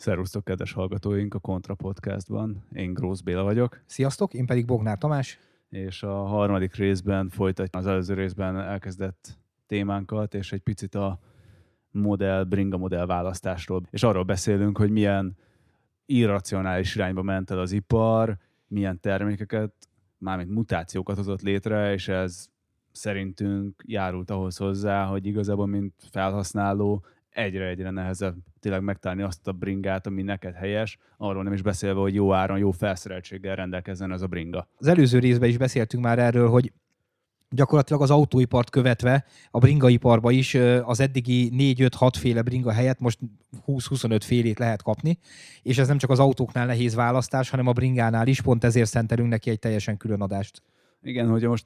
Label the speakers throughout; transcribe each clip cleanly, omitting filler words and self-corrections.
Speaker 1: Szervusztok, kedves hallgatóink a Kontra Podcastban. Én Grósz Béla vagyok.
Speaker 2: Sziasztok, én pedig Bognár Tamás.
Speaker 1: És a harmadik részben folytatjuk az előző részben elkezdett témánkat, és egy picit a bringa modell választásról. És arról beszélünk, hogy milyen irracionális irányba ment el az ipar, milyen termékeket, mármint mutációkat hozott létre, és ez szerintünk járult ahhoz hozzá, hogy igazából, mint felhasználó, egyre nehezebb tényleg megtalálni azt a bringát, ami neked helyes, arról nem is beszélve, hogy jó áron, jó felszereltséggel rendelkezzen ez a bringa.
Speaker 2: Az előző részben is beszéltünk már erről, hogy gyakorlatilag az autóipart követve a bringaiparba is az eddigi 4-5-6 féle bringa helyett most 20-25 félét lehet kapni, és ez nem csak az autóknál nehéz választás, hanem a bringánál is, pont ezért szentelünk neki egy teljesen külön adást.
Speaker 1: Igen, hogyha most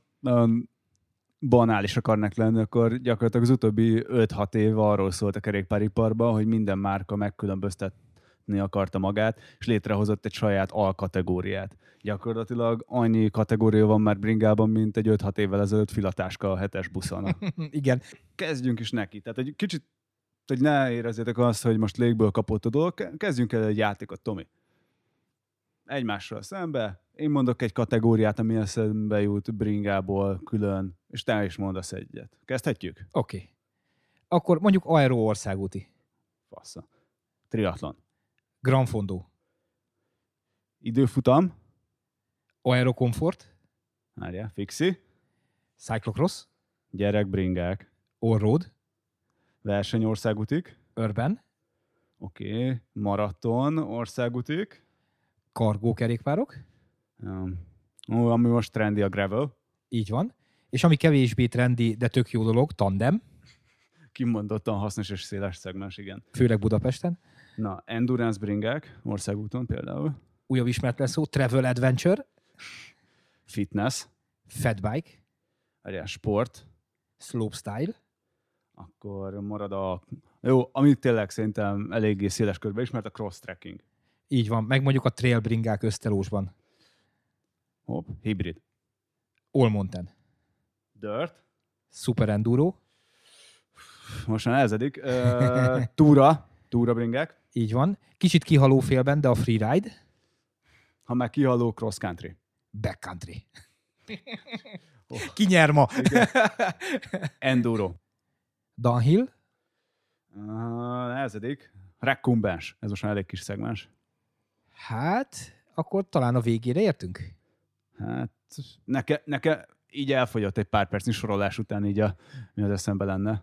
Speaker 1: banális akarnak lenni, akkor gyakorlatilag az utóbbi 5-6 év arról szólt a kerékpáriparban, hogy minden márka megkülönböztetni akarta magát, és létrehozott egy saját alkategóriát. Gyakorlatilag annyi kategória van már bringában, mint egy 5-6 évvel ezelőtt filatáska a 7-es buszon.
Speaker 2: Igen.
Speaker 1: Kezdjünk is neki. Tehát egy kicsit, hogy ne érezzétek azt, hogy most légből kapott a dolog, kezdjünk el egy játékot, Tomi. Egymással szembe, én mondok egy kategóriát, ami eszembe jut bringából külön, és te is mondasz egyet. Kezdhetjük?
Speaker 2: Oké. Akkor mondjuk aero országúti.
Speaker 1: Fassza. Triatlon.
Speaker 2: Gran Fondo.
Speaker 1: Időfutam.
Speaker 2: Aero Comfort.
Speaker 1: Várjál, fixi.
Speaker 2: Cyclocross.
Speaker 1: Gyerekbringák.
Speaker 2: Allroad.
Speaker 1: Versenyországútik.
Speaker 2: Urban.
Speaker 1: Oké. Maraton országútik.
Speaker 2: Cargo kerékpárok.
Speaker 1: Ami most trendi a gravel.
Speaker 2: Így van. És ami kevésbé trendi, de tök jó dolog, tandem.
Speaker 1: Kimondottan hasznos és széles szegmens, igen.
Speaker 2: Főleg Budapesten.
Speaker 1: Na, endurance bringák, országúton például.
Speaker 2: Újabb ismeretlen szó, travel adventure.
Speaker 1: Fitness.
Speaker 2: Fatbike.
Speaker 1: Sport.
Speaker 2: Slopestyle.
Speaker 1: Akkor marad a... Jó, amit tényleg szerintem eléggé széles körben ismert, a cross-trekking.
Speaker 2: Így van, meg mondjuk a trail bringák Ösztelósban.
Speaker 1: Hopp, hibrid.
Speaker 2: All Mountain.
Speaker 1: Dirt.
Speaker 2: Super Enduro.
Speaker 1: Most már nehezedik. Túra bringák.
Speaker 2: Így van. Kicsit kihaló félben, de a freeride.
Speaker 1: Ha már kihaló, cross country.
Speaker 2: Backcountry. Ki nyer ma?
Speaker 1: Enduro.
Speaker 2: Downhill.
Speaker 1: Nehezedik. Recumbens. Ez most már elég kis szegmens.
Speaker 2: Hát, akkor talán a végére értünk.
Speaker 1: Hát, nekem így elfogyott egy pár percnyi sorolás után így mi az eszembe lenne.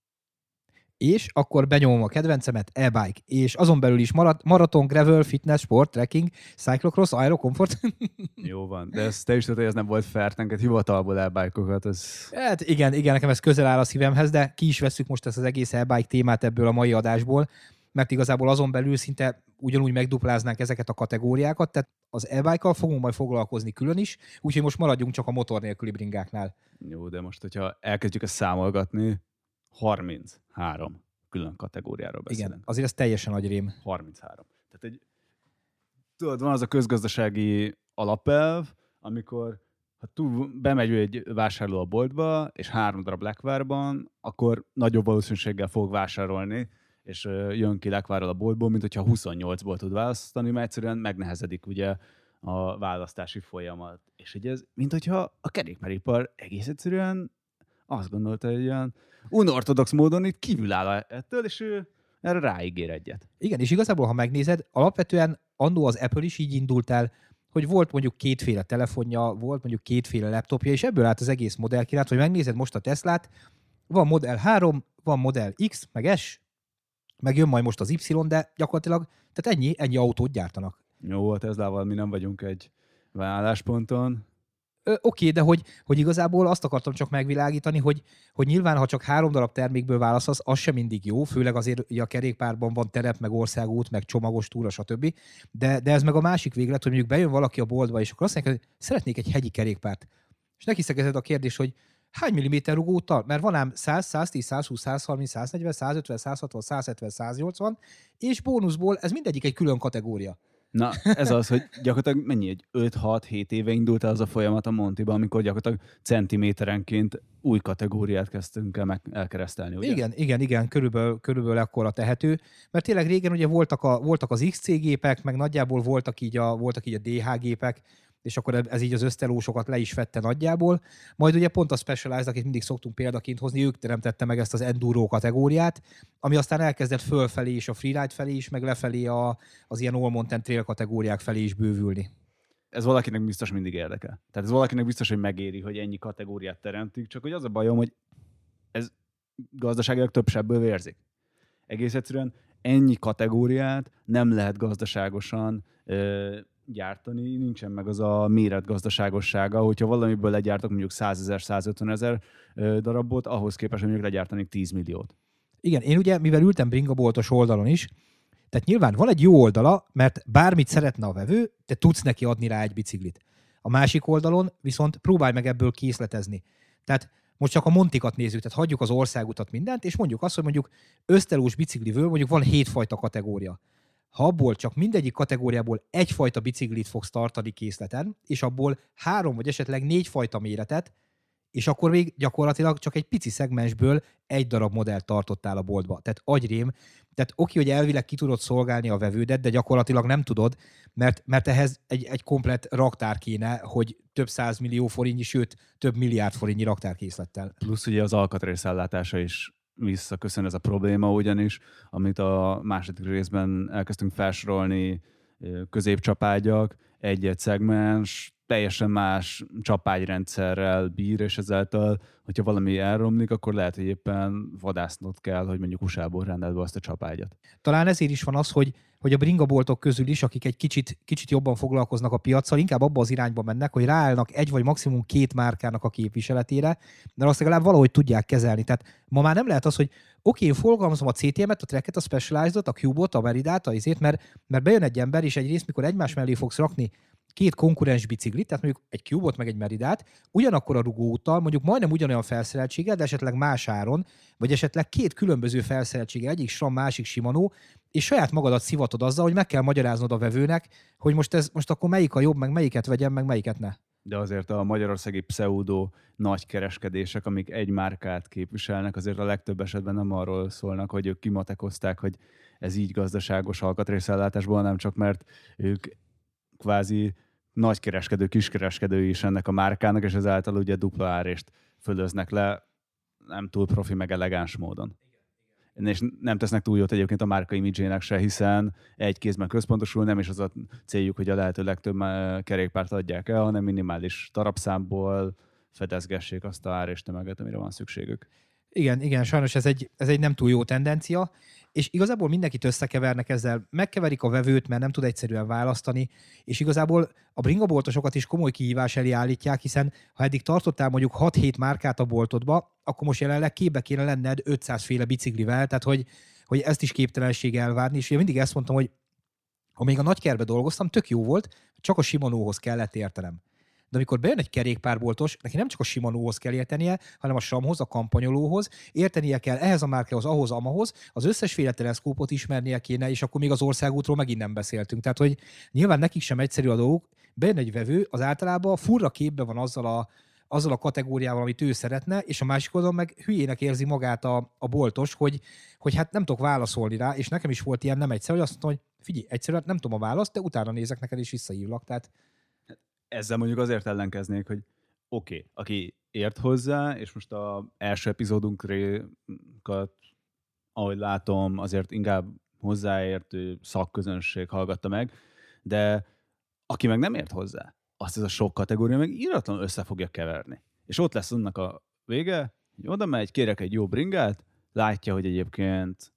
Speaker 2: És akkor benyomom a kedvencemet, e-bike. És azon belül is maraton, gravel, fitness, sport, trekking, cyclocross, aero, comfort.
Speaker 1: Jó van, de te is tudod, hogy ez nem volt fair, neked hivatalból e-bike-okat.
Speaker 2: Hát igen, nekem ez közel áll a szívemhez, de ki is vesszük most ezt az egész e-bike témát ebből a mai adásból, mert igazából azon belül szinte ugyanúgy megdupláznánk ezeket a kategóriákat, tehát az e-bike-kal fogunk majd foglalkozni külön is, úgyhogy most maradjunk csak a motor nélküli bringáknál.
Speaker 1: Jó, de most, hogyha elkezdjük ezt számolgatni, 33 külön kategóriáról beszélünk.
Speaker 2: Igen, azért ez teljesen agyrém.
Speaker 1: 33. Tehát tudod, van az a közgazdasági alapelv, amikor ha bemegy egy vásárló a boltba, és 3 darab lekvárban, akkor nagyobb valószínűséggel fog vásárolni, és jön ki lekvárral a boltból, mint hogyha 28-ból tud választani, mert egyszerűen megnehezedik ugye a választási folyamat. És ugye ez, mint hogyha a kerékpáripar egész egyszerűen azt gondolta, hogy ilyen unortodox módon itt kívül áll ettől, és ő erre ráígér egyet.
Speaker 2: Igen, és igazából, ha megnézed, alapvetően annó az Apple is így indult el, hogy volt mondjuk 2 telefonja, volt mondjuk 2 laptopja, és ebből állt az egész modellkínálat, hogy megnézed most a Teslát, van Model 3, van Model X, meg S, meg jön majd most az Y, de gyakorlatilag, tehát ennyi autót gyártanak.
Speaker 1: Jó, a Teslával mi nem vagyunk egy állásponton.
Speaker 2: Oké, de hogy igazából azt akartam csak megvilágítani, hogy nyilván, ha csak 3 darab termékből választasz, az sem mindig jó, főleg azért, hogy a kerékpárban van terep, meg országút, meg csomagos túra, stb. De ez meg a másik véglet, hogy mondjuk bejön valaki a boltba, és akkor azt mondja, hogy szeretnék egy hegyi kerékpárt. És neki szegezed a kérdés, hogy hány milliméter rugóttal? Mert van ám 100, 110, 120, 130, 140, 150, 160, 170, 180, és bónuszból ez mindegyik egy külön kategória.
Speaker 1: Na, ez az, hogy gyakorlatilag mennyi, egy 5-6-7 éve indult el az a folyamat a Montiba, amikor gyakorlatilag centiméterenként új kategóriát kezdtünk el elkeresztelni, ugye?
Speaker 2: Igen, körülbelül ekkora tehető, mert tényleg régen ugye voltak az XC gépek, meg nagyjából voltak így a DH gépek, és akkor ez így az ösztelósokat le is vette nagyjából. Majd ugye pont a Specialized, akit mindig szoktunk példaként hozni, ők teremtette meg ezt az Enduro kategóriát, ami aztán elkezdett fölfelé és a freeride felé is, meg lefelé az ilyen all mountain trail kategóriák felé is bővülni.
Speaker 1: Ez valakinek biztos mindig érdekel. Tehát ez valakinek biztos, hogy megéri, hogy ennyi kategóriát teremtik, csak hogy az a bajom, hogy ez gazdaságilag több sebből vérzik. Egész egyszerűen ennyi kategóriát nem lehet gazdaságosan gyártani, nincsen meg az a méretgazdaságossága, hogyha valamiből legyártok mondjuk 100 000, 150 000 darabot, ahhoz képest, hogy mondjuk legyártanék 10 milliót.
Speaker 2: Igen, én ugye, mivel ültem bringaboltos oldalon is, tehát nyilván van egy jó oldala, mert bármit szeretne a vevő, te tudsz neki adni rá egy biciklit. A másik oldalon viszont próbálj meg ebből készletezni. Tehát most csak a Montikat nézzük, tehát hagyjuk az országutat mindent, és mondjuk azt, hogy mondjuk ösztelós biciklivől mondjuk van 7 fajta kategória. Ha abból csak mindegyik kategóriából egyfajta biciklit fogsz tartani készleten, és abból 3 vagy esetleg 4 fajta méretet, és akkor még gyakorlatilag csak egy pici szegmensből egy darab modellt tartottál a boltba. Tehát agyrém, tehát oké, hogy elvileg ki tudod szolgálni a vevődet, de gyakorlatilag nem tudod, mert ehhez egy komplett raktár kéne, hogy több 100 millió forintnyi, sőt több milliárd forintnyi raktárkészlettel.
Speaker 1: Plusz ugye az alkatrészállátása is visszaköszön ez a probléma, ugyanis amit a második részben elkezdtünk felsorolni, középcsapágyak, egy-egy szegmens, teljesen más csapágyrendszerrel bír, és ezáltal, hogyha valami elromlik, akkor lehet, hogy éppen vadásznod kell, hogy mondjuk USA-ból rendeld be azt a csapágyat.
Speaker 2: Talán ezért is van az, hogy a bringaboltok közül is, akik egy kicsit jobban foglalkoznak a piaccal, inkább abba az irányba mennek, hogy ráállnak egy vagy maximum 2 márkának a képviseletére, de azt legalább valahogy tudják kezelni. Tehát ma már nem lehet az, hogy oké, én forgalmazom a CTM-et, a Treket, a Specialized-ot, a Cube-ot, a Meridát, mert bejön egy ember, és egyrészt, mikor egymás mellé fogsz rakni 2 konkurens biciklit, tehát mondjuk egy Cube-ot meg egy Meridát, ugyanakkor a rugóúttal, mondjuk majdnem ugyanolyan felszereltséggel, de esetleg más áron, vagy esetleg 2 különböző felszereltséggel, egyik SRAM, másik Shimano, és saját magadat szivatod azzal, hogy meg kell magyaráznod a vevőnek, hogy most akkor melyik a jobb, meg melyiket vegyem, meg melyiket ne.
Speaker 1: De azért a magyarországi pseudo nagy kereskedések, amik egy márkát képviselnek, azért a legtöbb esetben nem arról szólnak, hogy ők kimatekozták, hogy ez így gazdaságos alkatrészellátásból, nem csak mert ők kvázi nagykereskedő, kiskereskedői is ennek a márkának, és ezáltal ugye dupla árést fölöznek le, nem túl profi, meg elegáns módon. És nem tesznek túl jót egyébként a márka imidzsének se, hiszen egy kézben központosul, nem is az a céljuk, hogy a lehető legtöbb kerékpárt adják el, hanem minimális darabszámból fedezgessék azt a áréstömeget, amire van szükségük.
Speaker 2: Igen, sajnos ez egy nem túl jó tendencia, és igazából mindenkit összekevernek ezzel, megkeverik a vevőt, mert nem tud egyszerűen választani, és igazából a bringaboltosokat is komoly kihívás elé állítják, hiszen ha eddig tartottál mondjuk 6-7 márkát a boltodba, akkor most jelenleg képbe kéne lenned 500 féle biciklivel, tehát hogy ezt is képtelenség elvárni, és én mindig ezt mondtam, hogy amíg a Nagykerbe dolgoztam, tök jó volt, csak a Shimanohoz kellett értenem. De amikor bejön egy kerékpárboltos, neki nem csak a Shimanohoz kell értenie, hanem a SRAM-hoz, a kampanyolóhoz, értenie kell ehhez a márkához, ahhoz, amahoz, az összesféle teleszkópot ismernie kéne, és akkor még az országútról megint nem beszéltünk. Tehát, hogy nyilván nekik sem egyszerű a dolguk, bejön egy vevő, az általában furra képben van azzal a kategóriával, amit ő szeretne, és a másik oldalon meg hülyének érzi magát a boltos, hogy hát nem tudok válaszolni rá, és nekem is volt ilyen nem egyszer, hogy azt mondtam, hogy figyelj, egyszerűen nem tudom a választ, de utána nézek neked, és visszahívlak. Tehát
Speaker 1: ezzel mondjuk azért ellenkeznék, hogy oké, aki ért hozzá, és most az első epizódunkat, ahogy látom, azért inkább hozzáértő szakközönség hallgatta meg, de aki meg nem ért hozzá, azt ez a sok kategória meg íratlanul össze fogja keverni. És ott lesz annak a vége, hogy oda megy, kérek egy jó bringát, látja, hogy egyébként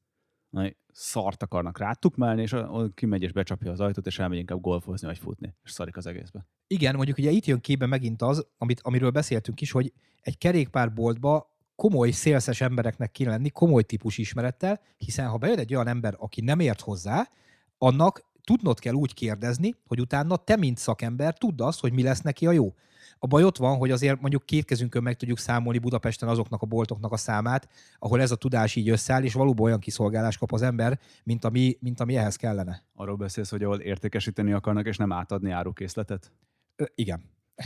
Speaker 1: szart akarnak rátukmálni, és kimegy és becsapja az ajtót, és elmegy inkább golfozni vagy futni, és szarik az egészbe.
Speaker 2: Igen, mondjuk ugye itt jön képbe megint az, amiről beszéltünk is, hogy egy kerékpárboltba komoly szélszes embereknek kéne lenni, komoly típus ismerettel, hiszen ha bejön egy olyan ember, aki nem ért hozzá, annak tudnod kell úgy kérdezni, hogy utána te, mint szakember, tudd azt, hogy mi lesz neki a jó. A baj ott van, hogy azért mondjuk két kezünkön meg tudjuk számolni Budapesten azoknak a boltoknak a számát, ahol ez a tudás így összeáll, és valóban olyan kiszolgálást kap az ember, mint ami ehhez kellene.
Speaker 1: Arról beszélsz, hogy ahol értékesíteni akarnak, és nem átadni árukészletet?
Speaker 2: Igen.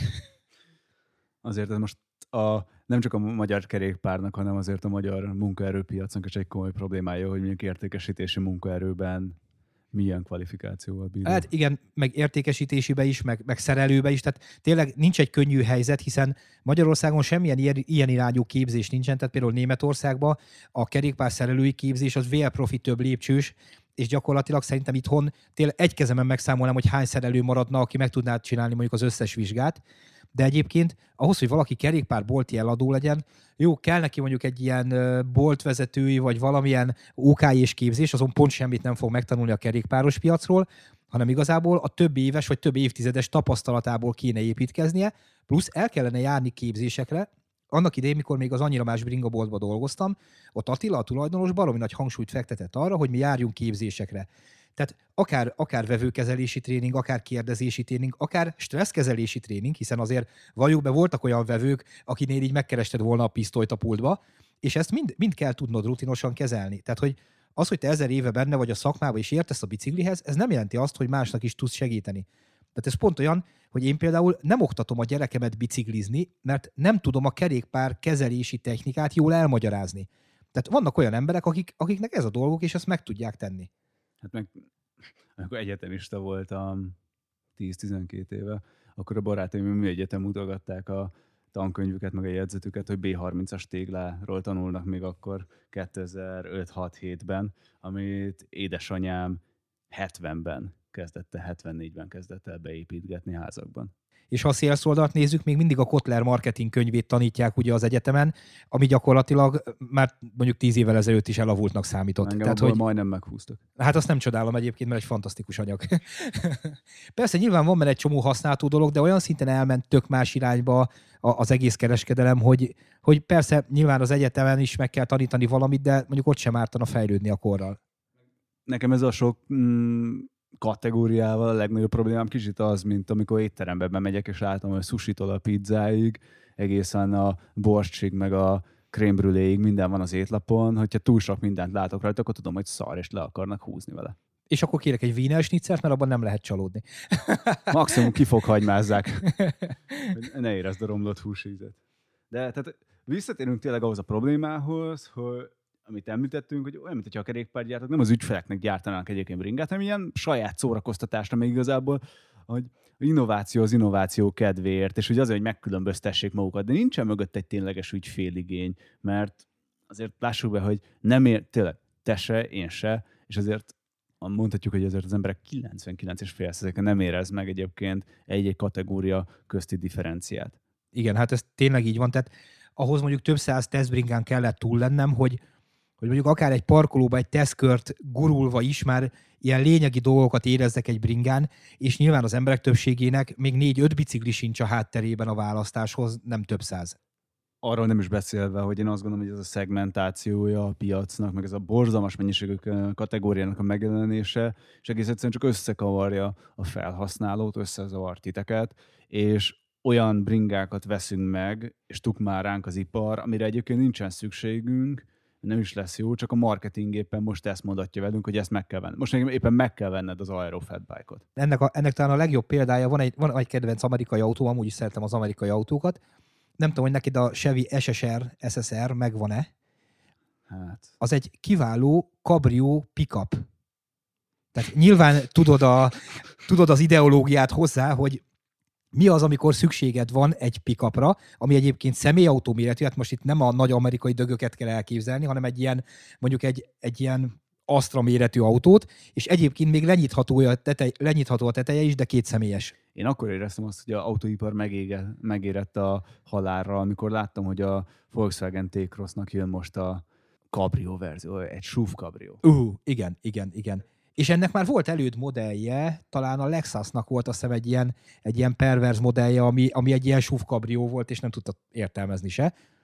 Speaker 1: Azért ez most nem csak a magyar kerékpárnak, hanem azért a magyar munkaerőpiacnak is egy komoly problémája, hogy mondjuk értékesítési munkaerőben milyen kvalifikációval bírja.
Speaker 2: Hát igen, meg értékesítésibe is, meg szerelőbe is, tehát tényleg nincs egy könnyű helyzet, hiszen Magyarországon semmilyen ilyen irányú képzés nincsen, tehát például Németországban a kerékpár szerelői képzés az profi több lépcsős, és gyakorlatilag szerintem itthon tényleg egy kezemen megszámolnám, hogy hány szerelő maradna, aki meg tudná csinálni mondjuk az összes vizsgát, de egyébként ahhoz, hogy valaki kerékpárbolti eladó legyen, jó, kell neki mondjuk egy ilyen boltvezetői, vagy valamilyen OK-s képzés, azon pont semmit nem fog megtanulni a kerékpáros piacról, hanem igazából a több éves vagy több évtizedes tapasztalatából kéne építkeznie, plusz el kellene járni képzésekre. Annak idején, mikor még az Annyira Más bringaboltban dolgoztam, ott Attila, a tulajdonos baromi nagy hangsúlyt fektetett arra, hogy mi járjunk képzésekre. Tehát akár vevőkezelési tréning, akár kérdezési tréning, akár stresszkezelési tréning, hiszen azért valljuk be, voltak olyan vevők, akinél így megkerested volna a pisztolyt a pultba, és ezt mind kell tudnod rutinosan kezelni. Tehát, hogy az, hogy te 1000 éve benne vagy a szakmában és értesz a biciklihez, ez nem jelenti azt, hogy másnak is tudsz segíteni. Tehát ez pont olyan, hogy én például nem oktatom a gyerekemet biciklizni, mert nem tudom a kerékpár kezelési technikát jól elmagyarázni. Tehát vannak olyan emberek, akiknek ez a dolguk, és ezt meg tudják tenni.
Speaker 1: Hát meg, amikor egyetemista voltam 10-12 éve, akkor a barátaim műegyetem mutogatták a tankönyvüket, meg a jegyzetüket, hogy B30-as tégláról tanulnak még akkor 2005-6-7-ben, amit édesanyám 70-ben kezdette, 74-ben kezdett el beépítgetni házakban.
Speaker 2: És ha a sales oldalt nézzük, még mindig a Kotler marketing könyvét tanítják ugye az egyetemen, ami gyakorlatilag már mondjuk 10 évvel ezelőtt is elavultnak számított.
Speaker 1: Engem
Speaker 2: Tehát,
Speaker 1: hogy majdnem meghúztak.
Speaker 2: Hát azt nem csodálom egyébként, mert egy fantasztikus anyag. Persze nyilván van benne egy csomó használható dolog, de olyan szinten elment tök más irányba az egész kereskedelem, hogy persze nyilván az egyetemen is meg kell tanítani valamit, de mondjuk ott sem ártana fejlődni a korral.
Speaker 1: Nekem ez a sok kategóriával a legnagyobb problémám kicsit az, mint amikor étterembe bemegyek, és látom, hogy susitól a pizzáig, egészen a borstsig, meg a crème brûléig minden van az étlapon. Hogyha túl sok mindent látok rajta, akkor tudom, hogy szar, és le akarnak húzni vele.
Speaker 2: És akkor kérek egy Wiener Schnitzelt, mert abban nem lehet csalódni.
Speaker 1: Maximum kifoghagymázzák. Ne érezd a romlott húsízet. De tehát visszatérünk tényleg ahhoz a problémához, hogy amit említettünk, hogy olyan, mintha a kerékpárgyártók nem az ügyfeleknek gyártanának egyébként bringát, hanem ilyen saját szórakoztatásra még igazából, hogy innováció az innováció kedvéért, és hogy azért, hogy megkülönböztessék magukat, de nincsen mögött egy tényleges ügyféligény, mert azért lássuk be, hogy nem ér, tényleg te se, én se, és azért mondhatjuk, hogy azért az emberek 99,5% nem érez meg egyébként egy-egy kategória közti differenciát.
Speaker 2: Igen, hát ez tényleg így van, tehát ahhoz mondjuk több száz tesztbringán kellett túl lennem, hogy mondjuk akár egy parkolóba egy tesztkört gurulva is már ilyen lényegi dolgokat érezzek egy bringán, és nyilván az emberek többségének még 4-5 bicikli sincs a hátterében a választáshoz, nem több száz.
Speaker 1: Arról nem is beszélve, hogy én azt gondolom, hogy ez a szegmentációja a piacnak, meg ez a borzalmas mennyiségű kategóriának a megjelenése, és egész egyszerűen csak összekavarja a felhasználót, összezavar titeket, és olyan bringákat veszünk meg, és tuk már ránk az ipar, amire egyébként nincsen szükségünk, nem is lesz jó, csak a marketing éppen most ezt mondatja velünk, hogy ezt meg kell venni. Most éppen meg kell venned az Aero Fatbike-ot.
Speaker 2: Ennek talán a legjobb példája, van egy kedvenc amerikai autó, amúgy is szeretem az amerikai autókat. Nem tudom, hogy neked a Chevy SSR megvan-e?
Speaker 1: Hát.
Speaker 2: Az egy kiváló cabrio pickup. Tehát nyilván tudod az ideológiát hozzá, hogy mi az, amikor szükséged van egy pickupra, ami egyébként személyautó méretű, hát most itt nem a nagy amerikai dögöket kell elképzelni, hanem egy ilyen, mondjuk egy ilyen Astra méretű autót, és egyébként még lenyitható a teteje is, de 2 személyes.
Speaker 1: Én akkor éreztem azt, hogy az autóipar megérett a halálra, amikor láttam, hogy a Volkswagen T-Crossnak jön most a cabrio verzió, egy SUV cabrio.
Speaker 2: Igen. És ennek már volt előd modellje, talán a Lexusnak volt azt hiszem egy ilyen perverz modellje, ami egy ilyen SUV cabrio volt, és nem tudta értelmezni se.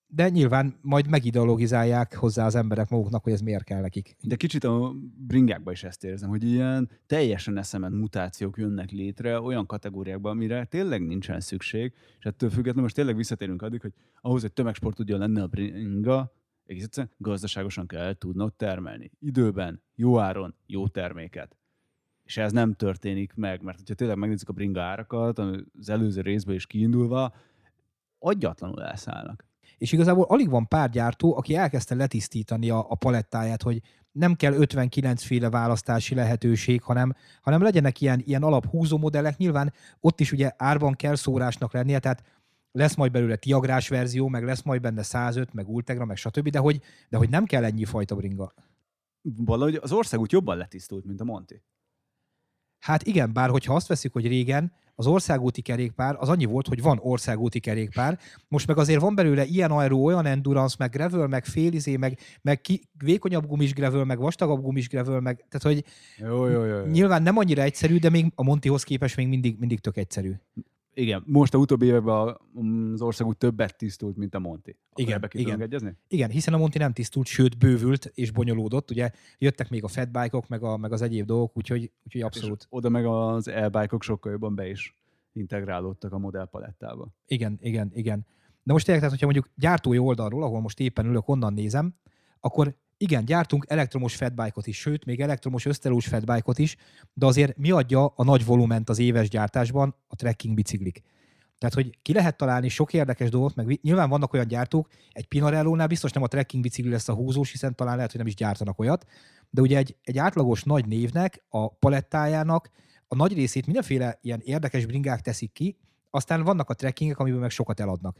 Speaker 2: de nyilván majd megideologizálják hozzá az emberek maguknak, hogy ez miért kell nekik.
Speaker 1: De kicsit a bringákban is ezt érzem, hogy ilyen teljesen eszement mutációk jönnek létre olyan kategóriákban, amire tényleg nincsen szükség, és ettől függetlenül most tényleg visszatérünk addig, hogy ahhoz, hogy tömegsport tudjon lenni a bringa, egész egyszerűen gazdaságosan kell tudnod termelni. Időben, jó áron, jó terméket. És ez nem történik meg, mert hogyha tényleg megnézzük a bringa árakat, az előző részből is kiindulva, agyatlanul elszállnak.
Speaker 2: És igazából alig van pár gyártó, aki elkezdte letisztítani a palettáját, hogy nem kell 59 féle választási lehetőség, hanem legyenek ilyen alaphúzó modellek. Nyilván ott is ugye árban kell szórásnak lennie, tehát lesz majd belőle tiagrás verzió, meg lesz majd benne 105, meg Ultegra, meg stb., de hogy nem kell ennyi fajta bringa.
Speaker 1: Valahogy az országút jobban letisztult, mint a Monti.
Speaker 2: Hát igen, bár hogyha azt veszik, hogy régen az országúti kerékpár az annyi volt, hogy van országúti kerékpár, most meg azért van belőle ilyen aero, olyan endurance, meg gravel, meg félizé, meg vékonyabb gumis gravel, meg vastagabb gumis gravel, meg tehát hogy
Speaker 1: Jó.
Speaker 2: Nyilván nem annyira egyszerű, de még a Montihoz képest még mindig tök egyszerű.
Speaker 1: Igen, most a utóbbi években az országút többet tisztult, mint a Monti.
Speaker 2: Igen,
Speaker 1: ebbe ki tudunk egyezni?
Speaker 2: Igen, hiszen a Monti nem tisztult, sőt bővült és bonyolódott. Ugye jöttek még a fatbike-ok, meg az egyéb dolgok, úgyhogy abszolút.
Speaker 1: És oda meg az e-bike-ok sokkal jobban be is integrálódtak a modellpalettába.
Speaker 2: Igen. De most tényleg, tehát, hogyha mondjuk gyártói oldalról, ahol most éppen ülök, onnan nézem, akkor igen, gyártunk elektromos fatbike-ot is, sőt, még elektromos ösztelós fatbike-ot is, de azért mi adja a nagy volument az éves gyártásban? A trekking biciklik. Tehát, hogy ki lehet találni sok érdekes dolgot, meg nyilván vannak olyan gyártók, egy Pinarello-nál biztos nem a trekking bicikli lesz a húzós, hiszen talán lehet, hogy nem is gyártanak olyat, de ugye egy átlagos nagy névnek, a palettájának a nagy részét mindenféle ilyen érdekes bringák teszik ki, aztán vannak a trekkingek, amiből meg sokat eladnak.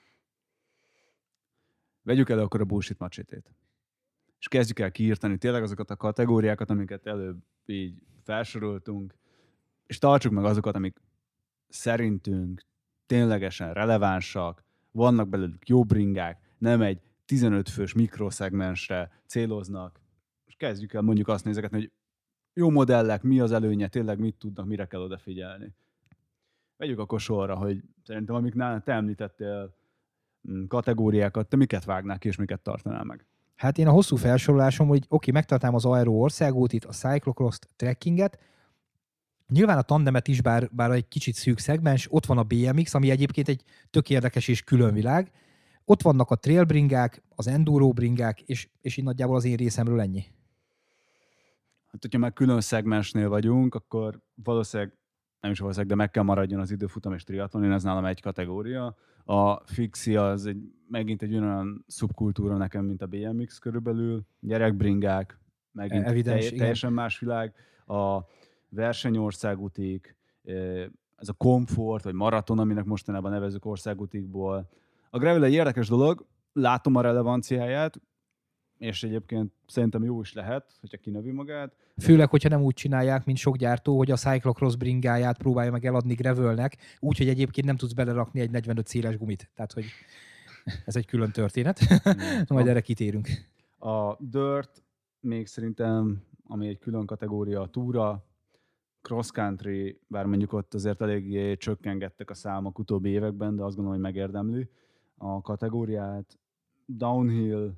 Speaker 1: Vegyük elő akkor a bullshit macsétét. És kezdjük el kiírtani tényleg azokat a kategóriákat, amiket előbb így felsoroltunk, és tartsuk meg azokat, amik szerintünk ténylegesen relevánsak, vannak belőlük jó bringák, nem egy 15 fős mikroszegmensre céloznak, és kezdjük el mondjuk azt nézegetni, hogy jó modellek, mi az előnye, tényleg mit tudnak, mire kell odafigyelni. Vegyük akkor sorra, hogy szerintem amik te említettél kategóriákat, te miket vágnál ki, és miket tartanál meg?
Speaker 2: Hát én a hosszú felsorolásom, hogy oké, megtartám az aero országútit, a cyclocross-t, trekkinget, nyilván a tandemet is, bár egy kicsit szűk szegmens, ott van a BMX, ami egyébként egy tök érdekes és külön világ. Ott vannak a trailbringák, az enduro bringák, és így nagyjából az én részemről ennyi.
Speaker 1: Hát, hogyha már külön szegmensnél vagyunk, akkor valószínűleg, nem is valószínűleg, de meg kell maradjon az időfutam és triatlon, én ez nálam egy kategória. A fixi az megint egy olyan szubkultúra nekem, mint a BMX körülbelül. Gyerekbringák, megint teljesen más világ. A versenyországútik, ez a komfort, vagy maraton, aminek mostanában nevezzük országútikból. A gravel egy érdekes dolog, látom a relevanciáját, és egyébként szerintem jó is lehet, hogyha kinövi magát.
Speaker 2: Főleg, hogyha nem úgy csinálják, mint sok gyártó, hogy a cyclocross bringáját próbálja meg eladni gravelnek, úgyhogy egyébként nem tudsz belerakni egy 45 széles gumit. Tehát, hogy ez egy külön történet. Majd erre kitérünk.
Speaker 1: A dirt még szerintem, ami egy külön kategória, a túra, cross country, bár mondjuk ott azért eléggé csökkengettek a számok utóbbi években, de azt gondolom, hogy megérdemli a kategóriát. Downhill,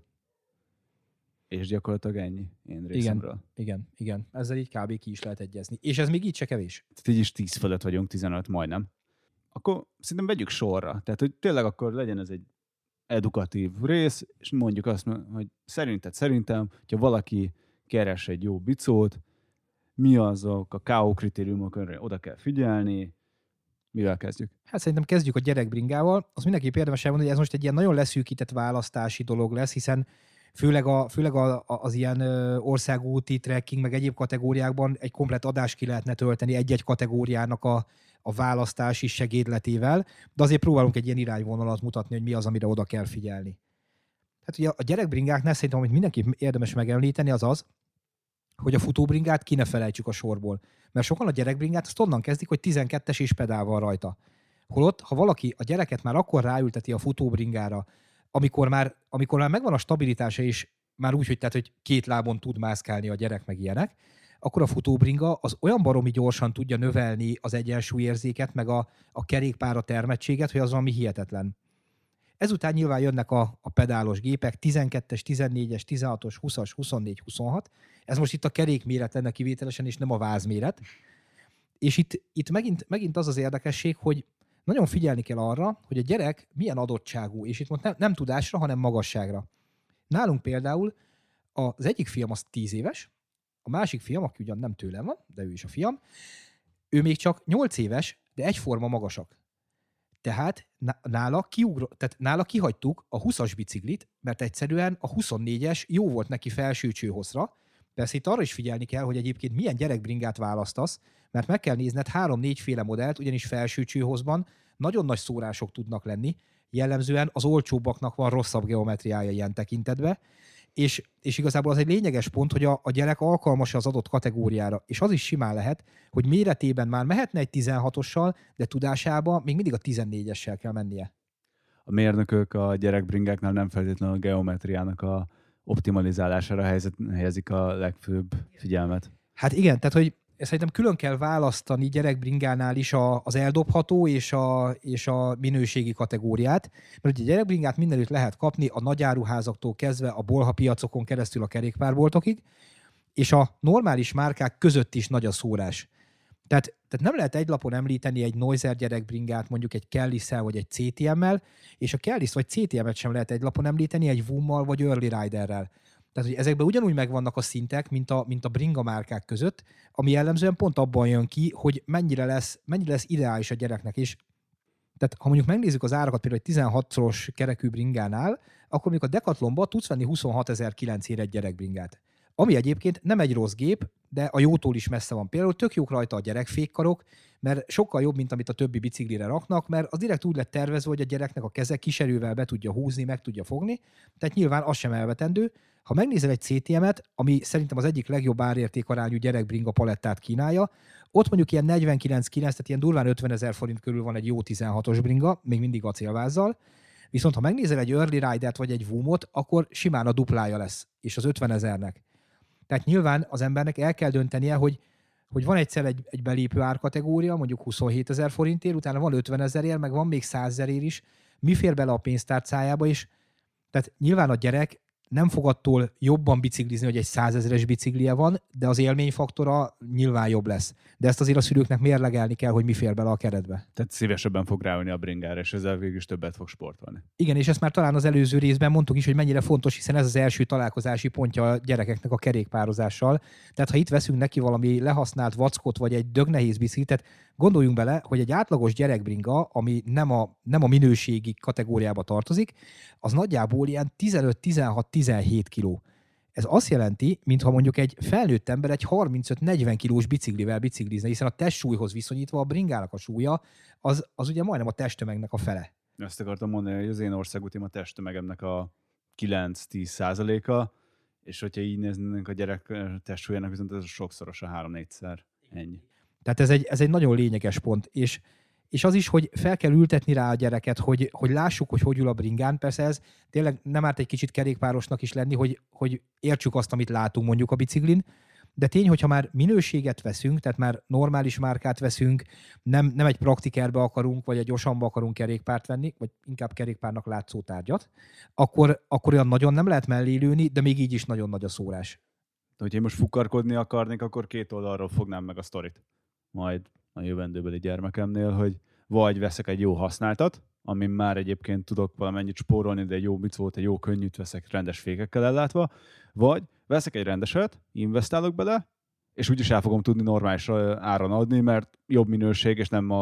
Speaker 1: és gyakorlatilag ennyi én részemről.
Speaker 2: Igen. Ezzel így kb. Ki is lehet egyezni. És ez még így se kevés.
Speaker 1: Tehát így is 10 fölött vagyunk, 15 majdnem. Akkor szerintem vegyük sorra. Tehát, hogy tényleg akkor legyen ez egy edukatív rész, és mondjuk azt, hogy szerintem, hogyha valaki keres egy jó bicót, mi azok a KO kritériumokra oda kell figyelni, mivel kezdjük?
Speaker 2: Hát szerintem kezdjük a gyerekbringával. Az mindenképp érdemes elmondani, hogy ez most egy ilyen nagyon leszűkített választási dolog lesz, hiszen főleg az ilyen országúti trekking, meg egyéb kategóriákban egy komplet adást ki lehetne tölteni egy-egy kategóriának a választási segédletével, de azért próbálunk egy ilyen irányvonalat mutatni, hogy mi az, amire oda kell figyelni. Hát ugye a gyerekbringáknál szerintem, amit mindenképp érdemes megemlíteni, az az, hogy a futóbringát ki ne felejtsük a sorból. Mert sokan a gyerekbringát azt onnan kezdik, hogy 12-es és pedál van rajta. Holott, ha valaki a gyereket már akkor ráülteti a futóbringára, amikor már megvan a stabilitása, és már úgy, hogy két lábon tud mászkálni a gyerek, meg ilyenek, akkor a futóbringa az olyan baromi gyorsan tudja növelni az egyensúlyérzéket, meg a kerékpára termettséget, hogy az valami hihetetlen. Ezután nyilván jönnek a pedálos gépek, 12-es, 14-es, 16-os, 20-as, 24, 26. Ez most itt a kerékméret lenne kivételesen, és nem a vázméret. És itt megint az az érdekesség, hogy nagyon figyelni kell arra, hogy a gyerek milyen adottságú, és itt most nem tudásra, hanem magasságra. Nálunk például az egyik fiam az 10 éves, a másik fiam, aki ugyan nem tőlem van, de ő is a fiam, ő még csak 8 éves, de egyforma magasak. Tehát nála kihagytuk a 20-as biciklit, mert egyszerűen a 24-es jó volt neki felső csőhosszra. Persze itt arra is figyelni kell, hogy egyébként milyen gyerekbringát választasz, mert meg kell nézned 3-4 féle modellt, ugyanis felső csőhozban nagyon nagy szórások tudnak lenni, jellemzően az olcsóbbaknak van rosszabb geometriája ilyen tekintetben, és igazából az egy lényeges pont, hogy a gyerek alkalmas az adott kategóriára, és az is simán lehet, hogy méretében már mehetne egy 16-ossal, de tudásába még mindig a 14-essel kell mennie.
Speaker 1: A mérnökök a gyerekbringáknál nem feltétlenül a geometriának a optimalizálására helyezik a legfőbb figyelmet.
Speaker 2: Hát igen, tehát hogy szerintem külön kell választani gyerekbringánál is az eldobható és a minőségi kategóriát, mert ugye gyerekbringát mindenütt lehet kapni, a nagyáruházaktól kezdve a bolhapiacokon keresztül a kerékpárboltokig, és a normális márkák között is nagy a szórás. Tehát nem lehet egy lapon említeni egy Noiser gyerekbringát, mondjuk egy Kellisszel vagy egy CTM-mel, és a Kellis vagy CTM-et sem lehet egy lapon említeni egy Vummal vagy Early Riderrel. Tehát, hogy ezekben ugyanúgy megvannak a szintek, mint a bringa márkák között, ami jellemzően pont abban jön ki, hogy mennyire lesz ideális a gyereknek is. Tehát, ha mondjuk megnézzük az árakat például egy 16-szoros kerekű bringánál, akkor mondjuk a Decathlonban tudsz venni 26.900-ért egy gyerekbringát. Ami egyébként nem egy rossz gép, de a jótól is messze van. Például tök jók rajta a gyerekfékkarok, mert sokkal jobb, mint amit a többi biciklire raknak, mert az direkt úgy lett tervezve, hogy a gyereknek a keze kiserővel be tudja húzni, meg tudja fogni, tehát nyilván az sem elvetendő. Ha megnézel egy CTM-et, ami szerintem az egyik legjobb árértékarányú gyerekbringa palettát kínálja, ott mondjuk ilyen 49,9, tehát ilyen durván 50 000 forint körül van egy jó 16-os bringa, még mindig acélvázzal. Viszont ha megnézel egy Early Ridert vagy egy Vumot, akkor simán a duplája lesz, és az 50 000-nek. Tehát nyilván az embernek el kell döntenie, hogy van egyszer egy belépő árkategória, mondjuk 27 000 forintért, utána van 50 000-ért, meg van még 100 000-ért is, mi fér bele a pénztárcájába is. Tehát nyilván a gyerek nem fog attól jobban biciklizni, hogy egy 100 000-es biciklije van, de az élményfaktora nyilván jobb lesz. De ezt azért a szülőknek mérlegelni kell, hogy mi fér bele a keretbe.
Speaker 1: Tehát szívesebben fog ráülni a bringára, és ezzel végül is többet fog sportolni.
Speaker 2: Igen, és ezt már talán az előző részben mondtuk is, hogy mennyire fontos, hiszen ez az első találkozási pontja a gyerekeknek a kerékpározással. Tehát ha itt veszünk neki valami lehasznált vackot, vagy egy dögnehéz biciklitet, gondoljunk bele, hogy egy átlagos gyerekbringa, ami nem a minőségi kategóriába tartozik, az nagyjából ilyen 15-16-17 kiló. Ez azt jelenti, mintha mondjuk egy felnőtt ember egy 35-40 kilós biciklivel biciklizne, hiszen a testsúlyhoz viszonyítva a bringának a súlya az ugye majdnem a testtömegnek a fele.
Speaker 1: Ezt akartam mondani, hogy az én országútim a testtömegemnek a 9-10%-a, és hogyha így néznénk a gyerek testsúlyának, viszont ez sokszoros a 3-4-szer. Ennyi.
Speaker 2: Tehát ez egy nagyon lényeges pont. És az is, hogy fel kell ültetni rá a gyereket, hogy lássuk, hogy ül a bringán. Persze ez tényleg nem árt egy kicsit kerékpárosnak is lenni, hogy értsük azt, amit látunk mondjuk a biciklin, de tény, hogyha már minőséget veszünk, tehát már normális márkát veszünk, nem egy praktikerbe akarunk, vagy egy Osanba akarunk kerékpárt venni, vagy inkább kerékpárnak látszó tárgyat, akkor olyan nagyon nem lehet mellé lőni, de még így is nagyon nagy a szórás.
Speaker 1: De hogyha én most fukarkodni akarnék, akkor két oldalról fognám meg a sztorit. Majd a jövendőbeli gyermekemnél, hogy vagy veszek egy jó használtat, amin már egyébként tudok valamennyit spórolni, de egy jó bicót, egy jó könnyűt veszek rendes fékekkel ellátva, vagy veszek egy rendeset, investálok bele, és úgyis el fogom tudni normális áron adni, mert jobb minőség, és nem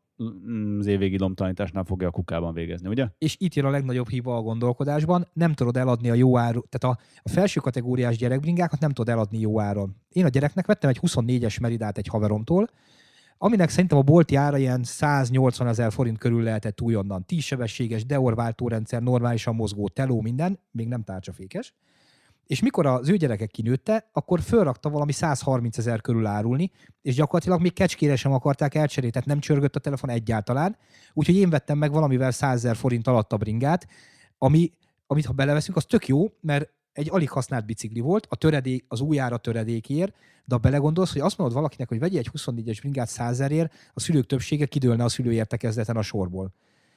Speaker 1: az évvégi lomtalanításnál fogja a kukában végezni, ugye?
Speaker 2: És itt jön a legnagyobb hiba a gondolkodásban, nem tudod eladni a jó áru, tehát a felső kategóriás gyerekbringákat nem tudod eladni jó áron. Én a gyereknek vettem egy 24-es Meridát egy haveromtól, aminek szerintem a bolti ára ilyen 180 000 forint körül lehetett újonnan. 10-sebességes, deorváltórendszer, normálisan mozgó, teló, minden, még nem tárcsafékes. És mikor az ő gyereke kinőtte, akkor fölrakta valami 130 000 körül árulni, és gyakorlatilag még kecskére sem akarták elcserélni, tehát nem csörgött a telefon egyáltalán. Úgyhogy én vettem meg valamivel 100 000 forint alatt a bringát, amit ha beleveszünk, az tök jó, mert egy alig használt bicikli volt, az újjára töredékért, de ha belegondolsz, hogy azt mondod valakinek, hogy vegye egy 24-es bringát 100 000-ért, a szülők többsége kidőlne a szülőértekezleten a sorból.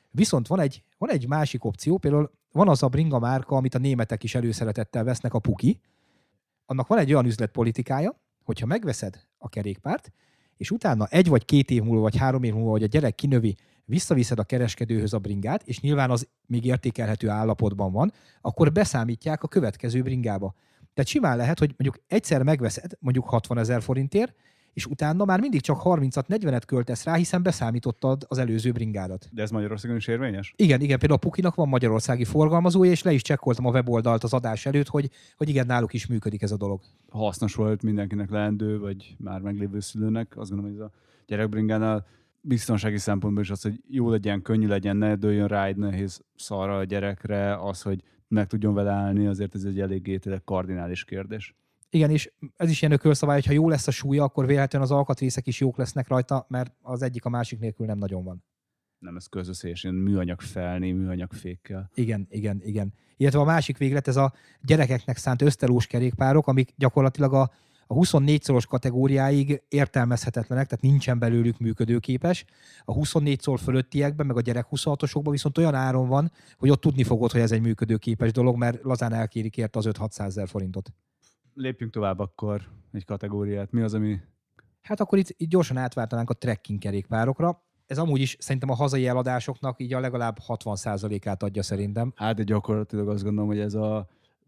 Speaker 2: Viszont van egy másik opció, például van az a bringa márka, amit a németek is előszeretettel vesznek, a Puki. Annak van egy olyan üzletpolitikája, hogyha megveszed a kerékpárt, és utána 1 vagy 2 év múlva, vagy 3 év múlva, hogy a gyerek kinövi, visszaviszed a kereskedőhöz a bringát, és nyilván az még értékelhető állapotban van, akkor beszámítják a következő bringába. Tehát simán lehet, hogy mondjuk egyszer megveszed, mondjuk 60 000 forintért, és utána már mindig csak 30-40-et költesz rá, hiszen beszámítottad az előző bringádat.
Speaker 1: De ez Magyarországon is érvényes?
Speaker 2: Igen, például a Pukinak van magyarországi forgalmazója, és le is csekkoltam a weboldalt az adás előtt, hogy igen, náluk is működik ez a dolog.
Speaker 1: Hasznos volt mindenkinek leendő, vagy már meglévő szülőnek. Azt gondolom, hogy ez a gyerekbringánál biztonsági szempontból is az, hogy jó legyen, könnyű legyen, ne dőljön rá egy nehéz szarra a gyerekre, az, hogy meg tudjon vele állni, azért ez egy eléggé kardinális kérdés.
Speaker 2: Igen, és ez is ilyen ökölszabály, hogy ha jó lesz a súlya, akkor véletlenül az alkatrészek is jók lesznek rajta, mert az egyik a másik nélkül nem nagyon van.
Speaker 1: Nem, ez közösszés, ilyen műanyag felné, műanyag fékkel.
Speaker 2: Igen. Illetve a másik véglet, ez a gyerekeknek szánt ösztelós kerékpárok, amik gyakorlatilag a 24 szoros kategóriáig értelmezhetetlenek, tehát nincsen belőlük működőképes. A 24 szor fölöttiekben, meg a gyerek 26-osokban viszont olyan áron van, hogy ott tudni fogod, hogy ez egy működőképes dolog, mert lazán elkérik érte az 5-600 000 forintot.
Speaker 1: Lépjünk tovább akkor egy kategóriát. Mi az, ami...
Speaker 2: Hát akkor itt gyorsan átváltanánk a trekking kerékpárokra. Ez amúgy is szerintem a hazai eladásoknak így a legalább 60%-át adja szerintem.
Speaker 1: Hát de gyakorlatilag azt gondolom, hogy ez a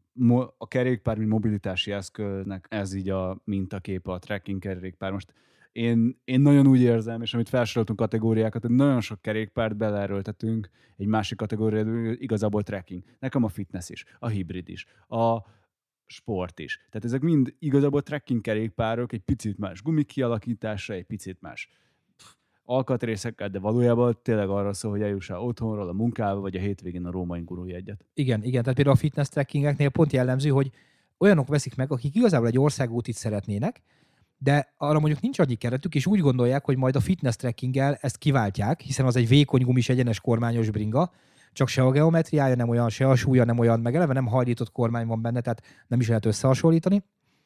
Speaker 1: kerékpár, mint mobilitási eszköznek ez így a mintaképe, a trekking kerékpár. Most én nagyon úgy érzem, és amit felsoroltunk kategóriákat, hogy nagyon sok kerékpárt beleerőltetünk egy másik kategóriába, igazából trekking. Nekem a fitness is, a hibrid is, a sport is. Tehát ezek mind igazából trekking kerékpárok, egy picit más gumikialakításra, egy picit más alkatrészekkel, de valójában tényleg arra szól, hogy eljussál otthonról a munkába, vagy a hétvégén a római gurulj egyet.
Speaker 2: Igen, tehát például a fitness trekkingeknél pont jellemző, hogy olyanok veszik meg, akik igazából egy országútit szeretnének, de arra mondjuk nincs annyi keretük, és úgy gondolják, hogy majd a fitness trekkinggel ezt kiváltják, hiszen az egy vékony gumis, egyenes kormányos bringa, csak se a geometriája nem olyan, se a súlya nem olyan, meg eleve nem hajlított kormány van benne, tehát nem is lehet összehasonlítani.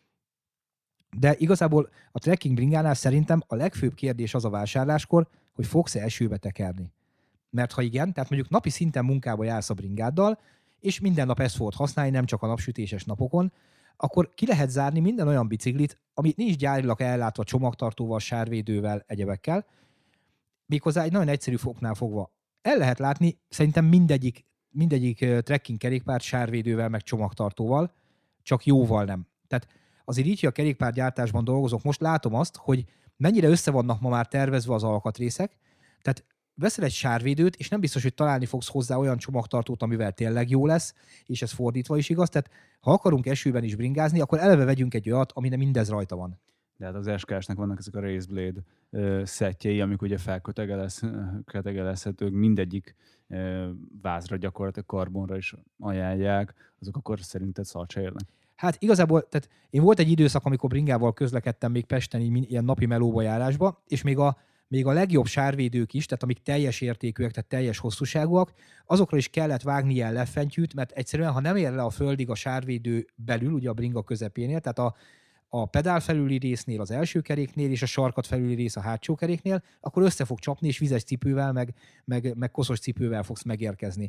Speaker 2: De igazából a trekking bringánál szerintem a legfőbb kérdés az a vásárláskor, hogy fogsz-e esőbe tekerni. Mert ha igen, tehát mondjuk napi szinten munkába jársz a bringáddal, és minden nap ezt fogod használni, nem csak a napsütéses napokon, akkor ki lehet zárni minden olyan biciklit, amit nincs gyárilag ellátva csomagtartóval, sárvédővel, egyebekkel. Méghozzá egy nagyon egyszerű foknál fogva. El lehet látni szerintem mindegyik trekking kerékpárt sárvédővel, meg csomagtartóval, csak jóval nem. Tehát azért így, hogy a kerékpárgyártásban dolgozok, most látom azt, hogy mennyire össze vannak ma már tervezve az alkatrészek, tehát veszel egy sárvédőt, és nem biztos, hogy találni fogsz hozzá olyan csomagtartót, amivel tényleg jó lesz, és ez fordítva is igaz. Tehát ha akarunk esőben is bringázni, akkor eleve vegyünk egy olyat, amin mindez rajta van.
Speaker 1: De hát az SKS-nek vannak ezek a Raceblade szettjei, amik ugye felkötegelezhetők, mindegyik vázra gyakorlatilag karbonra is ajánlják, azok akkor szerinted szart se érnek?
Speaker 2: Hát igazából, tehát én volt egy időszak, amikor bringával közlekedtem még Pesten ilyen napi melóba járásba, és még a legjobb sárvédők is, tehát amik teljes értékűek, tehát teljes hosszúságúak, azokra is kellett vágni ilyen lefentyűt, mert egyszerűen, ha nem ér le a földig a sárvédő belül, ugye a bringa közepénél, tehát a pedál felüli résznél, az első keréknél, és a sarkat felüli rész a hátsó keréknél, akkor össze fog csapni, és vizes cipővel, meg koszos cipővel fogsz megérkezni.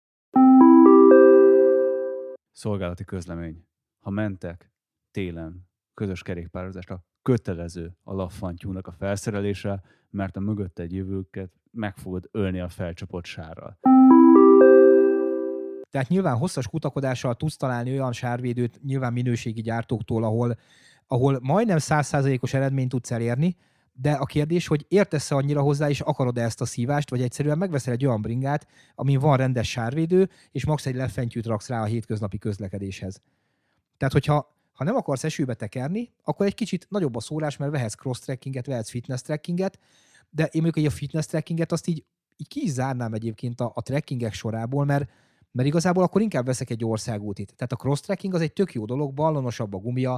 Speaker 1: Szolgálati közlemény. Ha mentek télen közös kerékpározásra, kötelező a lavfantyúnak a felszerelése, mert a mögötte egy jövőket meg fogod ölni a felcsapott sárral.
Speaker 2: Tehát nyilván hosszas kutakodással tudsz találni olyan sárvédőt, nyilván minőségi gyártóktól, ahol majdnem 100%-os eredményt tudsz elérni, de a kérdés, hogy értesz-e annyira hozzá, és akarod-e ezt a szívást, vagy egyszerűen megveszel egy olyan bringát, amin van rendes sárvédő, és max egy lefentyűt raksz rá a hétköznapi közlekedéshez. Tehát, hogyha nem akarsz esőbe tekerni, akkor egy kicsit nagyobb a szórás, mert vehetsz cross-trekkinget, vehetsz fitness trekkinget, de én mondjuk, hogy a fitness trekkinget azt így ki is zárnám egyébként a trekkingek sorából, mert igazából akkor inkább veszek egy országútit. Tehát a cross-trekking az egy tök jó dolog, ballonosabb a gumia,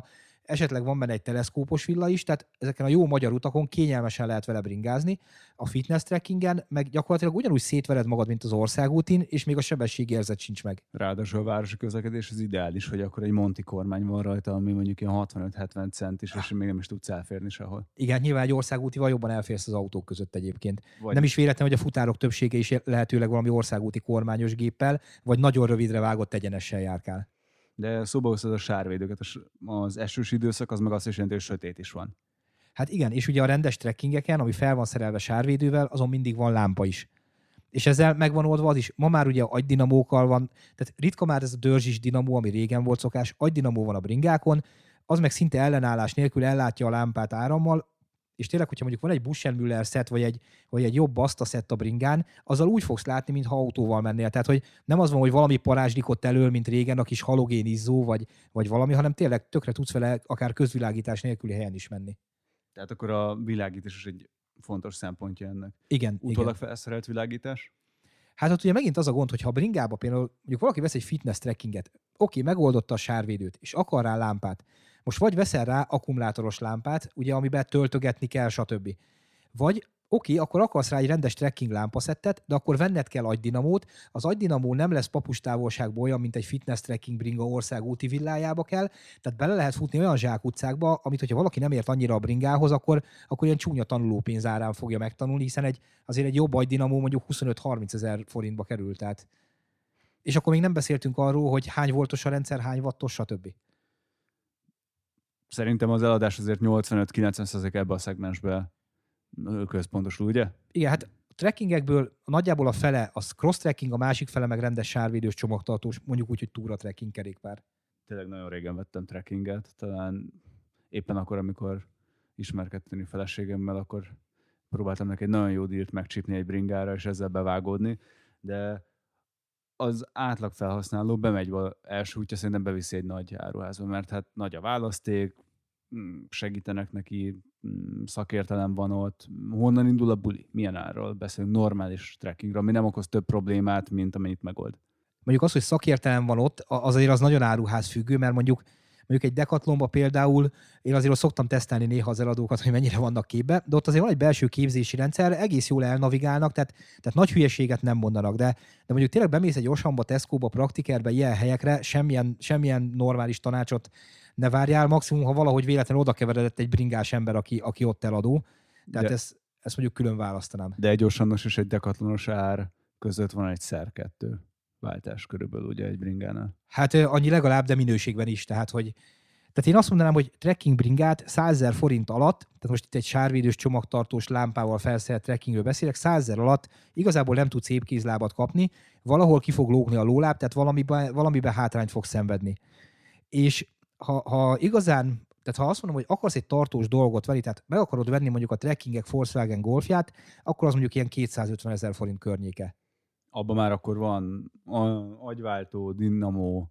Speaker 2: esetleg van benne egy teleszkópos villa is, tehát ezeken a jó magyar utakon kényelmesen lehet vele bringázni. A fitness trekkingen meg gyakorlatilag ugyanúgy szétvered magad, mint az országútin, és még a sebességérzet sincs meg.
Speaker 1: Ráadásul a városi közlekedés az ideális, hogy akkor egy Monti kormány van rajta, ami mondjuk ilyen 65-70 centis, és még nem is tudsz elférni sehol.
Speaker 2: Igen, nyilván egy országútival jobban elférsz az autók között egyébként.
Speaker 1: Vagy
Speaker 2: Nem is véletlen, hogy a futárok többsége is lehetőleg valami országúti kormányos géppel, vagy nagyon rövidre vágott egyenessel járkál.
Speaker 1: De szóba hoztad a sárvédőket, az esős időszak az meg azt is jelenti, hogy sötét is van.
Speaker 2: Hát igen, és ugye a rendes trekkingeken, ami fel van szerelve sárvédővel, azon mindig van lámpa is. És ezzel megvan oldva az is. Ma már ugye agydinamókkal van, tehát ritka már ez a dörzsis dinamó, ami régen volt szokás, agydinamó van a bringákon, az meg szinte ellenállás nélkül ellátja a lámpát árammal, és tényleg, hogyha mondjuk van egy Buschenmüller szett, vagy egy jobb Basta szett a bringán, azzal úgy fogsz látni, mintha autóval mennél. Tehát, hogy nem az van, hogy valami parázslik ott elől, mint régen a kis halogénizzó, vagy valami, hanem tényleg tökre tudsz vele akár közvilágítás nélküli helyen is menni.
Speaker 1: Tehát akkor a világítás is egy fontos szempontja ennek.
Speaker 2: Igen.
Speaker 1: Utólag
Speaker 2: igen.
Speaker 1: felszerelt világítás?
Speaker 2: Hát ott ugye megint az a gond, hogy ha a bringába például mondjuk valaki vesz egy fitness trekkinget, oké, megoldotta a sárvédőt, és akar rá lámpát. Most vagy veszel rá akkumulátoros lámpát, ugye, amiben töltögetni kell, stb. Vagy oké, akkor akarsz rá egy rendes trekking lámpaszettet, de akkor venned kell agydinamót. Az agydinamó nem lesz papustávolságban olyan, mint egy fitness trekking bringa országúti villájába kell, tehát bele lehet futni olyan zsákutcákba, amit hogyha valaki nem ért annyira a bringához, akkor ilyen csúnya tanulópénz árán fogja megtanulni, hiszen azért egy jobb agydinamó mondjuk 25-30 ezer forintba kerül. Tehát. És akkor még nem beszéltünk arról, hogy hány voltos a rendszer, hány wattos, stb.
Speaker 1: Szerintem az eladás azért 85-90% ebbe a szegmensbe központosul, ugye?
Speaker 2: Igen, hát a trekkingekből nagyjából a fele az cross-trekking, a másik fele meg rendes sárvédős csomagtartós, mondjuk úgy, hogy túra-trekking kerékpár.
Speaker 1: Tényleg nagyon régen vettem trekkinget, talán éppen akkor, amikor ismerkedtünk feleségemmel, akkor próbáltam neki egy nagyon jó dílt megcsípni egy bringára, és ezzel bevágódni, de az átlag felhasználó bemegy első útja, szerintem beviszi egy nagy áruházba, mert hát nagy a választék, segítenek neki, szakértelem van ott. Honnan indul a buli? Milyen árról beszélünk? Normális trekkingről, ami nem okoz több problémát, mint amennyit megold.
Speaker 2: Mondjuk az, hogy szakértelem van ott, azért az nagyon áruház függő, mert mondjuk egy Decathlonba például, én azért szoktam tesztelni néha az eladókat, hogy mennyire vannak képbe, de ott azért van egy belső képzési rendszer, egész jól elnavigálnak, tehát nagy hülyeséget nem mondanak, de mondjuk tényleg bemész egy Osamba, Tesco-ba, Praktikerbe, ilyen helyekre, semmilyen normális tanácsot ne várjál, maximum, ha valahogy véletlenül oda keveredett egy bringás ember, aki ott eladó. Tehát ezt mondjuk külön választanám.
Speaker 1: De egy Osamnos és egy Decathlonos ár között van egy szerkettő váltás körülbelül ugye egy bringánál.
Speaker 2: Hát annyi legalább, de minőségben is. Tehát én azt mondanám, hogy trekking bringát 100 000 forint alatt, tehát most itt egy sárvédős csomagtartós lámpával felszerelt trekkingről beszélek, 100 000 alatt igazából nem tudsz épkézlábat kapni, valahol ki fog lógni a lóláb, tehát valamiben hátrányt fog szenvedni. És ha igazán, tehát ha azt mondom, hogy akarsz egy tartós dolgot venni, tehát meg akarod venni mondjuk a trekkingek Volkswagen Golfját, akkor az mondjuk ilyen 250 000 forint környéke.
Speaker 1: Abban már akkor van agyváltó, dinamó.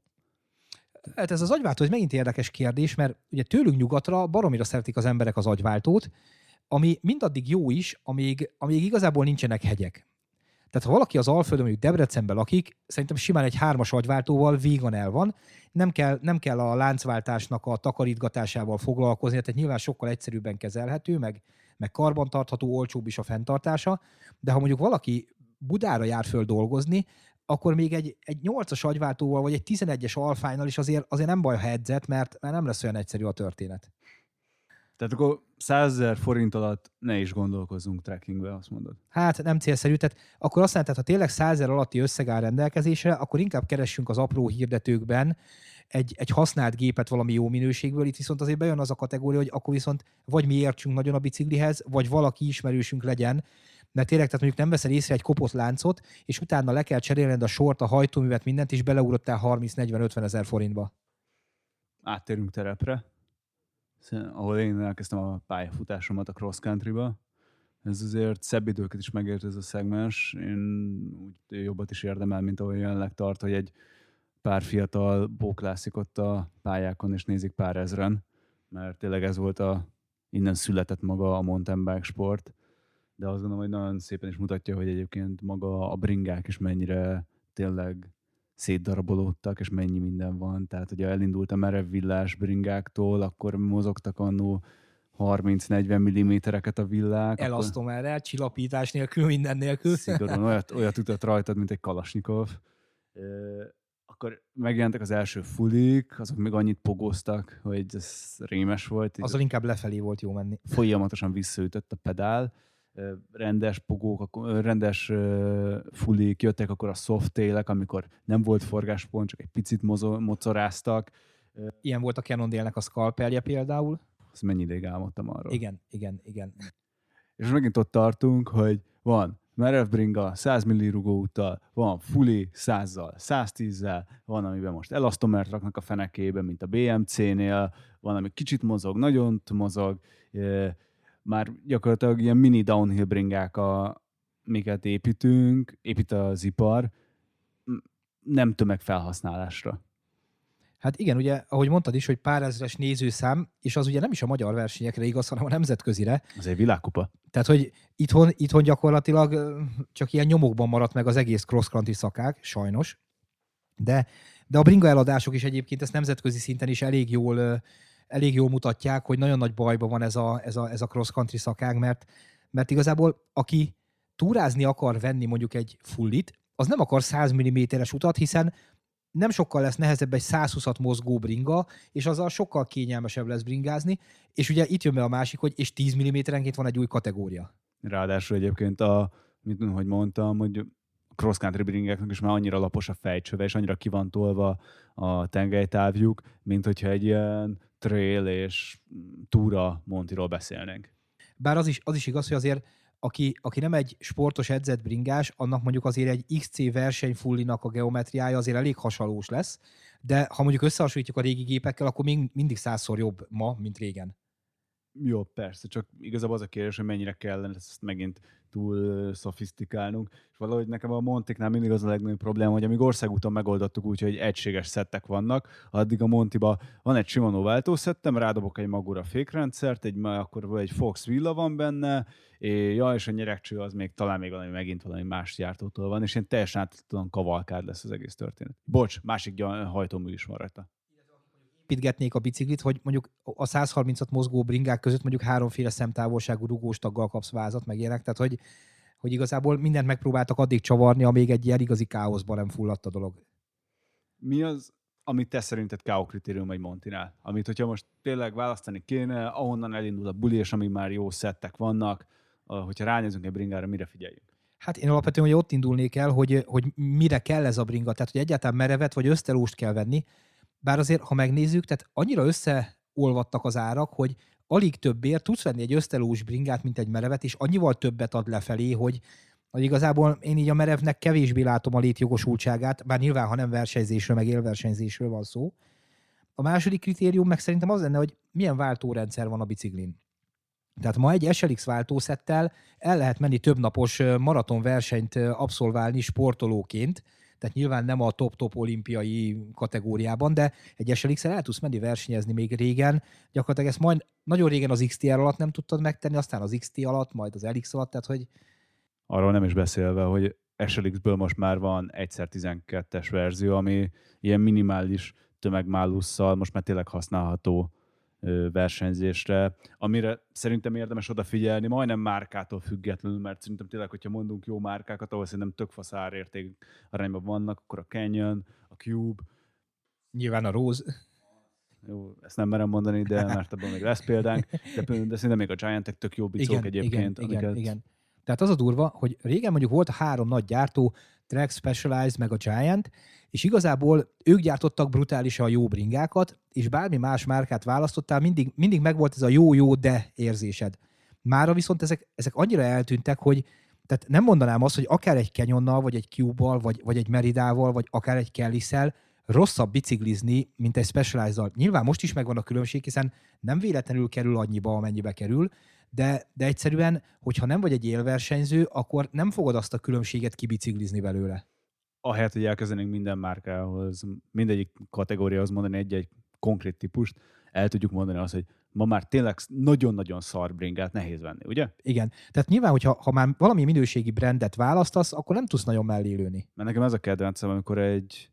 Speaker 2: Hát ez az agyváltó, ez megint érdekes kérdés, mert ugye tőlünk nyugatra baromira szeretik az emberek az agyváltót, ami mindaddig jó is, amíg igazából nincsenek hegyek. Tehát ha valaki az Alföldön, mondjuk Debrecenben lakik, szerintem simán egy 3-as agyváltóval vígan el van, nem kell a láncváltásnak a takarítgatásával foglalkozni, tehát nyilván sokkal egyszerűbben kezelhető, meg karbantartható, olcsóbb is a fenntartása, de ha mondjuk valaki Budára jár föl dolgozni, akkor még egy 8-as agyváltóval, vagy egy 11-es alfájnal is azért nem baj, ha edzett, mert nem lesz olyan egyszerű a történet.
Speaker 1: Tehát akkor 100 000 forint alatt ne is gondolkozzunk trekkingbe, azt mondod.
Speaker 2: Hát nem célszerű, tehát akkor azt mondtad, ha tényleg 100 000 alatti összeg áll rendelkezésre, akkor inkább keressünk az apró hirdetőkben egy használt gépet valami jó minőségből. Itt viszont azért bejön az a kategória, hogy akkor viszont vagy mi értsünk nagyon a biciklihez, vagy valaki ismerősünk legyen, mert tényleg, tehát mondjuk nem veszel észre egy kopott láncot, és utána le kell cserélned a sort, a hajtóművet, mindent, és beleugrottál 30-40-50 000 forintba.
Speaker 1: Áttérünk terepre, ahol én elkezdtem a pályafutásomat a cross countryba. Ez azért szebb időket is megért ez a szegmens. Én úgy jobbat is érdemel, mint ahol jelenleg tart, hogy egy pár fiatal bóklászik ott a pályákon, és nézik pár ezren, mert tényleg ez volt innen született maga a mountain bike sport. De azt gondolom, hogy nagyon szépen is mutatja, hogy egyébként maga a bringák is mennyire tényleg szétdarabolódtak, és mennyi minden van. Tehát ugye elindult a merev villás bringáktól, akkor mozogtak annó 30-40 mm-eket a villák.
Speaker 2: Elasztomerrel, csillapítás nélkül, minden nélkül.
Speaker 1: Szigorúan olyat ütött rajtad, mint egy Kalasnyikov. Akkor megjelentek az első fulik, azok még annyit pogóztak, hogy ez rémes volt.
Speaker 2: Azzal inkább lefelé volt jó menni.
Speaker 1: Folyamatosan visszaütött a pedál. Rendes pogók, rendes fulik, jöttek akkor a softailek, amikor nem volt forgáspont, csak egy picit mocoráztak.
Speaker 2: Ilyen volt a Cannondale-nek a Scalpelje például.
Speaker 1: Azt mennyi ideig álmodtam arról.
Speaker 2: Igen.
Speaker 1: És megint ott tartunk, hogy van merev bringa 100 milli rugóúttal, van fuli 100-zal, 110-zel, van, amiben most elasztomert raknak a fenekébe, mint a BMC-nél, van, ami kicsit mozog, nagyon mozog, már gyakorlatilag ilyen mini downhill bringák, amiket épít az ipar, nem tömegfelhasználásra.
Speaker 2: Hát igen, ugye, ahogy mondtad is, hogy pár ezres nézőszám, és az ugye nem is a magyar versenyekre igaz, hanem a nemzetközire.
Speaker 1: Az egy világkupa.
Speaker 2: Tehát, hogy itthon gyakorlatilag csak ilyen nyomokban maradt meg az egész cross-country szakák, sajnos. De a bringa eladások is egyébként ezt nemzetközi szinten is elég jól mutatják, hogy nagyon nagy bajban van ez a cross-country szakák, mert igazából aki túrázni akar venni mondjuk egy fullit, az nem akar 100 mm-es utat, hiszen nem sokkal lesz nehezebb egy 120-at mozgó bringa, és azzal sokkal kényelmesebb lesz bringázni, és ugye itt jön be a másik, hogy és 10 mm-enként van egy új kategória.
Speaker 1: Ráadásul egyébként, ahogy mondtam, hogy cross-country bringáknak is már annyira lapos a fejcsöve, és annyira ki van tolva a tengelytávjuk, mint hogyha egy ilyen trail és túra Montiról beszélnénk.
Speaker 2: Bár az is igaz, hogy azért aki nem egy sportos edzett bringás, annak mondjuk azért egy XC versenyfullinak a geometriája azért elég hasonlós lesz, de ha mondjuk összehasonlítjuk a régi gépekkel, akkor mindig 100-szor jobb ma, mint régen.
Speaker 1: Jó, persze, csak igazából az a kérdés, hogy mennyire kellene ezt megint túl szofisztikálnunk, és valahogy nekem a Montiknál mindig az a legnagyobb probléma, hogy amíg országúton megoldottuk úgy, hogy egységes szettek vannak, addig a Montiba van egy Shimano váltószettem, rádobok egy Magura fékrendszert, akkor egy Fox villa van benne, és a nyeregcső az még talán még megint valami más gyártótól van, és ilyen teljesen átadhatatlan kavalkád lesz az egész történet. Bocs, másik hajtómű is van rajta.
Speaker 2: Építgetnék a biciklit, hogy mondjuk a 130-at mozgó bringák között mondjuk 3 szemtávolságú rugóstaggal kapsz vázat, meg ilyenek, tehát hogy igazából mindent megpróbáltak addig csavarni, amíg egy ilyen igazi káoszban nem fulladt a dolog.
Speaker 1: Mi az, amit te szerinted K.O. kritérium egy Montinál? Amit, hogyha most tényleg választani kéne, ahonnan elindul a buli, és ami már jó szettek vannak, hogyha ránézünk egy bringára, mire figyeljünk?
Speaker 2: Hát én alapvetően hogy ott indulnék el, hogy mire kell ez a bringa, tehát hogy egyáltalán merevet vagy ösztelóst kell venni. Bár azért, ha megnézzük, tehát annyira összeolvadtak az árak, hogy alig többért tudsz venni egy ösztelós bringát, mint egy merevet, és annyival többet ad lefelé, hogy igazából én így a merevnek kevésbé látom a létjogosultságát, bár nyilván, ha nem versenyzésről, meg élversenyzésről van szó. A második kritérium meg szerintem az lenne, hogy milyen váltórendszer van a biciklin. Tehát ma egy SLX váltószettel el lehet menni többnapos maratonversenyt abszolválni sportolóként, tehát nyilván nem a top-top olimpiai kategóriában, de egy SLX-el el tudsz menni versenyezni még régen. Gyakorlatilag ezt majd nagyon régen az XTR alatt nem tudtad megtenni, aztán az XT alatt, majd az LX alatt, tehát hogy...
Speaker 1: Arról nem is beszélve, hogy SLX-ből most már van 1x12-es verzió, ami ilyen minimális tömegmálusszal most már tényleg használható versenyzésre, amire szerintem érdemes odafigyelni, majdnem márkától függetlenül, mert szerintem tényleg, hogyha mondunk jó márkákat, ahol szerintem tök fasz árérték arányban vannak, akkor a Canyon, a Cube.
Speaker 2: Nyilván a Rose.
Speaker 1: Jó, ezt nem merem mondani, de mert abban még lesz példánk, de szerintem még a Giantek tök jó bicók egyébként.
Speaker 2: Igen. Tehát az a durva, hogy régen mondjuk volt 3 nagy gyártó, Trek, Specialized, meg a Giant, és igazából ők gyártottak brutálisan jó bringákat, és bármi más márkát választottál, mindig megvolt ez a jó, de érzésed. Mára viszont ezek annyira eltűntek, hogy tehát nem mondanám azt, hogy akár egy Canyonnal, vagy egy Cube-bal, vagy egy Meridával, vagy akár egy Kellys-szel rosszabb biciklizni, mint egy Specialized-dal. Nyilván most is megvan a különbség, hiszen nem véletlenül kerül annyiba, amennyibe kerül, de egyszerűen, hogyha nem vagy egy élversenyző, akkor nem fogod azt a különbséget kibiciklizni belőle.
Speaker 1: Ahelyett, hogy elkezdenénk minden márkához, mindegyik kategóriához mondani egy konkrét típust, el tudjuk mondani azt, hogy ma már tényleg nagyon-nagyon szar bringát nehéz venni, ugye?
Speaker 2: Igen. Tehát nyilván, hogyha már valami minőségi brandet választasz, akkor nem tudsz nagyon mellé lőni.
Speaker 1: Mert nekem ez a kedvencem, amikor egy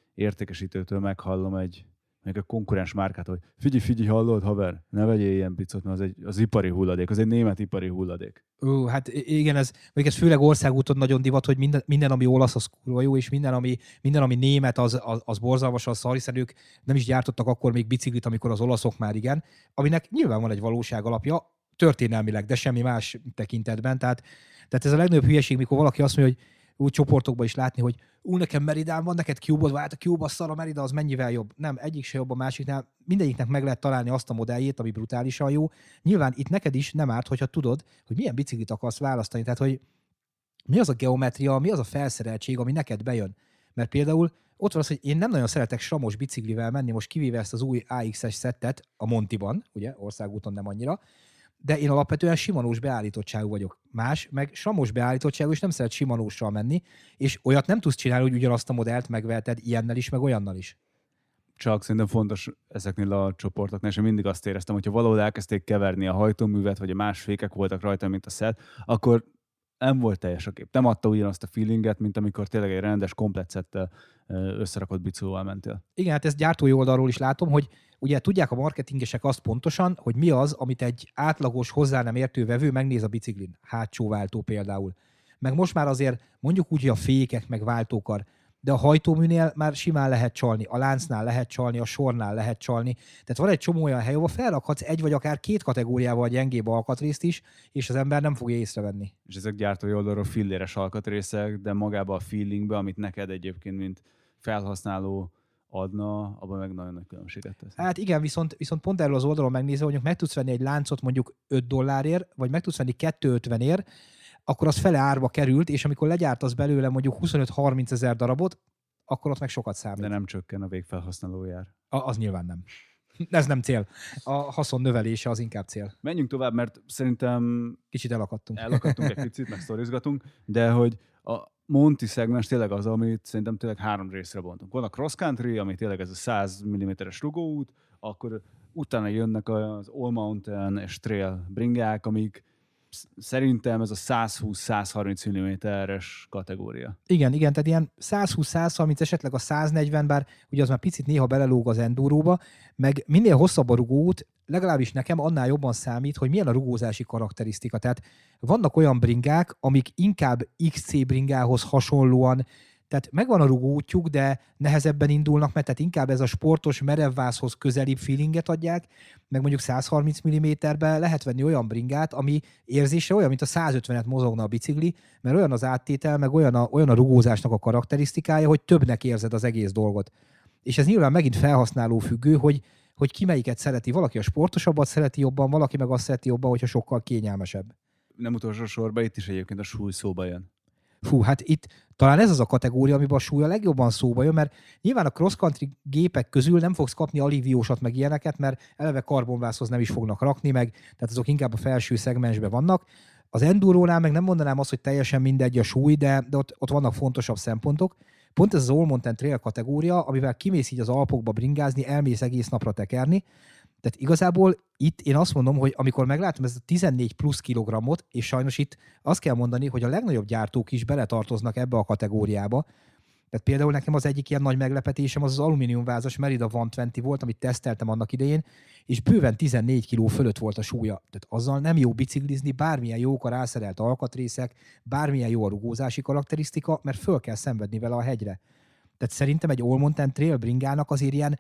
Speaker 1: értékesítőtől meghallom meg a konkurens márkát, hogy figyelj, hallod, haver, ne vegyél ilyen picot, mert az ipari hulladék, az egy német ipari hulladék.
Speaker 2: Hát igen, ez főleg országúton nagyon divat, hogy minden ami olasz, az kurva jó, és minden, ami német, az borzalmas, az szar, hiszen ők nem is gyártottak akkor még biciklit, amikor az olaszok már igen, aminek nyilván van egy valóság alapja, történelmileg, de semmi más tekintetben. Tehát ez a legnagyobb hülyeség, mikor valaki azt mondja, hogy úgy csoportokban is látni, hogy nekem Meridán van, neked Cube-od, hát a Cube az szar, a Merida az mennyivel jobb. Nem, egyik se jobb a másiknál. Mindegyiknek meg lehet találni azt a modelljét, ami brutálisan jó. Nyilván itt neked is nem árt, hogyha tudod, hogy milyen biciklit akarsz választani. Tehát, hogy mi az a geometria, mi az a felszereltség, ami neked bejön. Mert például ott van az, hogy én nem nagyon szeretek sramos biciklivel menni, most kivéve ezt az új AX-es szettet a Montiban, ugye, országúton nem annyira, de én alapvetően simanós beállítottságú vagyok. Más, meg sramos beállítottságú, és nem szeret simanóssal menni, és olyat nem tudsz csinálni, hogy ugyanazt a modellt megveheted ilyennel is, meg olyannal is.
Speaker 1: Csak szerintem fontos ezeknél a csoportoknál, és én mindig azt éreztem, hogyha valahol elkezdték keverni a hajtóművet, vagy a más fékek voltak rajta, mint a szett, akkor nem volt teljes a kép. Nem adta ugyanazt a feelinget, mint amikor tényleg egy rendes, komplett szettel összerakott biciklivel mentél.
Speaker 2: Igen, hát ezt gyártói oldalról is látom, hogy ugye tudják a marketingesek azt pontosan, hogy mi az, amit egy átlagos, hozzá nem értő vevő megnéz a biciklin. Hátsó váltó például. Meg most már azért mondjuk úgy, hogy a fékek, meg váltókar, de a hajtóműnél már simán lehet csalni, a láncnál lehet csalni, a sornál lehet csalni. Tehát van egy csomó olyan hely, ahol felrakhatsz egy vagy akár két kategóriával gyengébb alkatrészt is, és az ember nem fogja észrevenni.
Speaker 1: És ezek gyártói oldalról filléres alkatrészek, de magába a feelingbe, amit neked egyébként, mint felhasználó adna, abban meg nagyon nagy különbséget tesz.
Speaker 2: Hát igen, viszont pont erről az oldalon megnézve, hogy meg tudsz venni egy láncot mondjuk $5, vagy meg tudsz venni 250-ért, akkor az fele árba került, és amikor legyártasz belőle mondjuk 25-30 ezer darabot, akkor ott meg sokat számít.
Speaker 1: De nem csökken a végfelhasználójár.
Speaker 2: Az nyilván nem. Ez nem cél. A haszon növelése az inkább cél.
Speaker 1: Menjünk tovább, mert szerintem
Speaker 2: kicsit elakadtunk.
Speaker 1: Elakadtunk egy picit, meg sztorizgatunk, de hogy a Monti szegmens tényleg az, amit szerintem tényleg 3 részre bontunk. Van a cross country, ami tényleg ez a 100 mm-es rugóút, akkor utána jönnek az all mountain és trail bringák, amik szerintem ez a 120-130 mm-es kategória.
Speaker 2: Igen, tehát ilyen 120-130, esetleg a 140, bár ugye az már picit néha belelóg az enduróba, meg minél hosszabb a rugóút, legalábbis nekem annál jobban számít, hogy milyen a rugózási karakterisztika. Tehát vannak olyan bringák, amik inkább XC bringához hasonlóan, tehát megvan a rugóútjuk, de nehezebben indulnak, mert tehát inkább ez a sportos merevvázhoz közelibb feelinget adják, meg mondjuk 130 mm-be lehet venni olyan bringát, ami érzése olyan, mint a 150-et mozogna a bicikli, mert olyan az áttétel, meg olyan a rugózásnak a karakterisztikája, hogy többnek érzed az egész dolgot. És ez nyilván megint felhasználó függő, hogy ki melyiket szereti. Valaki a sportosabbat szereti jobban, valaki meg azt szereti jobban, hogyha sokkal kényelmesebb.
Speaker 1: Nem utolsó sorban itt is egyébként a súly szóba jön.
Speaker 2: Hát itt talán ez az a kategória, amiben a súly a legjobban szóba jön, mert nyilván a cross-country gépek közül nem fogsz kapni alíviósat meg ilyeneket, mert eleve karbonvászhoz nem is fognak rakni meg, tehát azok inkább a felső szegmensben vannak. Az endurónál meg nem mondanám azt, hogy teljesen mindegy a súly, de ott vannak fontosabb szempontok. Pont ez az All Mountain Trail kategória, amivel kimész így az Alpokba bringázni, elmész egész napra tekerni. Tehát igazából itt én azt mondom, hogy amikor meglátom ezt a 14 plusz kilogrammot, és sajnos itt azt kell mondani, hogy a legnagyobb gyártók is beletartoznak ebbe a kategóriába. Tehát például nekem az egyik ilyen nagy meglepetésem az alumíniumvázas Merida 120 volt, amit teszteltem annak idején, és bőven 14 kiló fölött volt a súlya. Tehát azzal nem jó biciklizni, bármilyen jók a rászerelt alkatrészek, bármilyen jó a rugózási karakterisztika, mert föl kell szenvedni vele a hegyre. Tehát szerintem egy All Mountain Trail bringának azért ilyen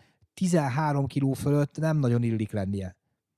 Speaker 2: 13 kiló fölött nem nagyon illik lennie.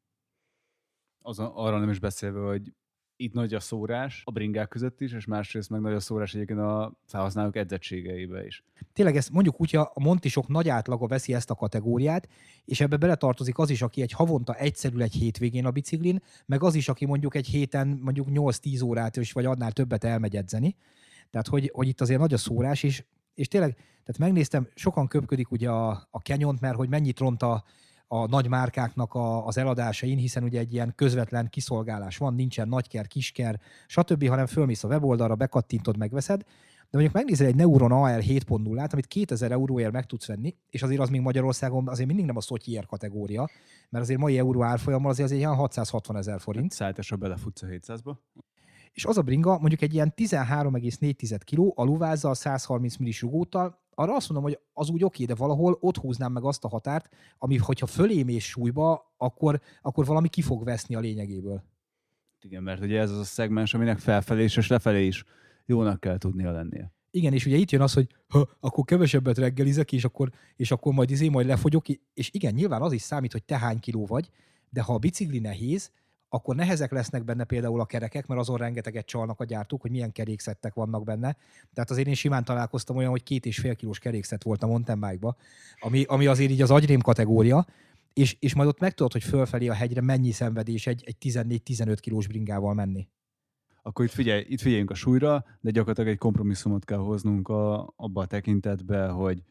Speaker 1: Arra nem is beszélve, hogy itt nagy a szórás a bringák között is, és másrészt meg nagy a szórás egyébként a felhasználók edzettségeibe is.
Speaker 2: Tényleg ezt mondjuk úgy, hogy a montisok nagy átlaga veszi ezt a kategóriát, és ebbe beletartozik az is, aki egy havonta egyszerül egy hétvégén a biciklin, meg az is, aki mondjuk egy héten mondjuk 8-10 órát is, vagy annál többet elmegy edzeni. Tehát, hogy itt azért nagy a szórás, és tényleg, tehát megnéztem, sokan köpködik ugye a Canyon-t, mert hogy mennyit ront a nagy márkáknak az eladásain, hiszen ugye egy ilyen közvetlen kiszolgálás van, nincsen nagyker, kisker, stb., hanem fölmész a weboldalra, bekattintod, megveszed, de mondjuk megnézel egy Neuron AL 7.0-át, amit 2000 euróért meg tudsz venni, és azért az még Magyarországon azért mindig nem a Szotyier kategória, mert azért mai euró árfolyammal azért egy ilyen 660 000 forint.
Speaker 1: Szállításra belefutsz a 700-ba.
Speaker 2: És az a bringa mondjuk egy ilyen 13,4 kg aluvázzal, 130 millis rugóttal, arra azt mondom, hogy az úgy oké, de valahol ott húznám meg azt a határt, ami, hogyha fölém és súlyba, akkor valami ki fog veszni a lényegéből.
Speaker 1: Igen, mert ugye ez az a szegmens, aminek felfelé és lefelé is jónak kell tudnia lennie.
Speaker 2: Igen, és ugye itt jön az, hogy akkor kevesebbet reggelizek, és akkor majd lefogyok, és igen, nyilván az is számít, hogy te hány kiló vagy, de ha a bicikli nehéz, akkor nehezek lesznek benne például a kerekek, mert azon rengeteget csalnak a gyártók, hogy milyen kerékszettek vannak benne. Tehát azért én simán találkoztam olyan, hogy 2,5 kilós kerékszett volt a mountain bike-ba, ami azért így az agyrém kategória, és majd ott megtudod, hogy fölfelé a hegyre mennyi szenvedés egy 14-15 kilós bringával menni.
Speaker 1: Akkor itt figyeljünk a súlyra, de gyakorlatilag egy kompromisszumot kell hoznunk abba a tekintetbe, hogy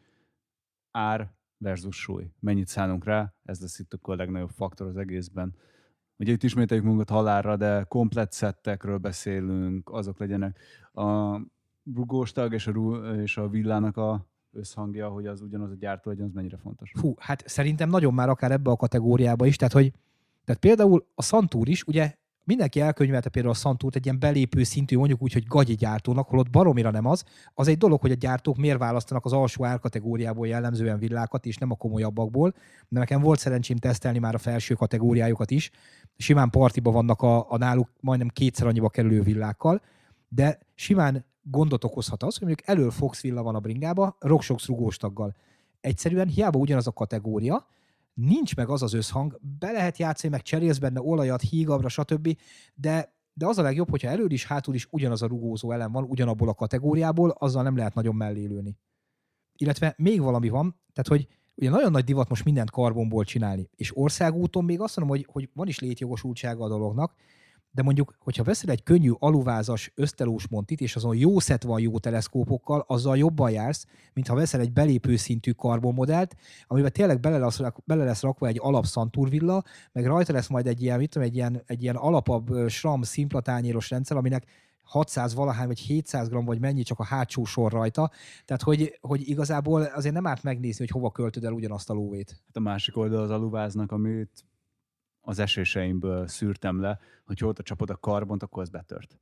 Speaker 1: ár versus súly. Mennyit szánunk rá, ez lesz itt akkor a legnagyobb faktor az egészben. Ugye itt ismételjük magunkat halálra, de komplett szettekről beszélünk, azok legyenek a rugós tag és a villának a összhangja, hogy az ugyanaz a gyártó legyen, az mennyire fontos.
Speaker 2: Fú, hát szerintem nagyon már akár ebbe a kategóriába is, tehát például a Santúr is, ugye mindenki elkönyvelte például a Santúrt egy ilyen belépő szintű, mondjuk úgy, hogy gagyi gyártónak, holott baromira nem az. Az egy dolog, hogy a gyártók miért választanak az alsó árkategóriából jellemzően villákat, és nem a komolyabbakból. De nekem volt szerencsém tesztelni már a felső kategóriájukat is. Simán partiba vannak a náluk majdnem kétszer annyiba kerülő villákkal, de simán gondot okozhat az, hogy mondjuk elől Fox villa van a bringába, RockShox rugós taggal. Egyszerűen hiába ugyanaz a kategória, nincs meg az az összhang, be lehet játszani, meg cserélsz benne olajat, hígabra, stb., de az a legjobb, hogyha elől is, hátul is ugyanaz a rugózó elem van, ugyanabból a kategóriából, azzal nem lehet nagyon mellélőni. Illetve még valami van, tehát hogy ugye nagyon nagy divat most mindent karbonból csinálni, és országúton még azt mondom, hogy van is létjogosultsága a dolognak, de mondjuk, hogyha veszel egy könnyű aluvázas ösztelós montit, és azon jó szett van jó teleszkópokkal, azzal jobban jársz, mint ha veszel egy belépő szintű karbonmodellt, amiben tényleg bele lesz rakva egy alap szantúrvilla, meg rajta lesz majd egy ilyen alapabb SRAM szimpla tányéros rendszer, aminek 600 valahány, vagy 700 g, vagy mennyi csak a hátsó sor rajta. Tehát, hogy igazából azért nem árt megnézni, hogy hova költöd el ugyanazt a lóvét.
Speaker 1: Hát a másik oldal az aluváznak, amit az eséseimből szűrtem le, hogy ott a csapod a karbont, akkor ez betört.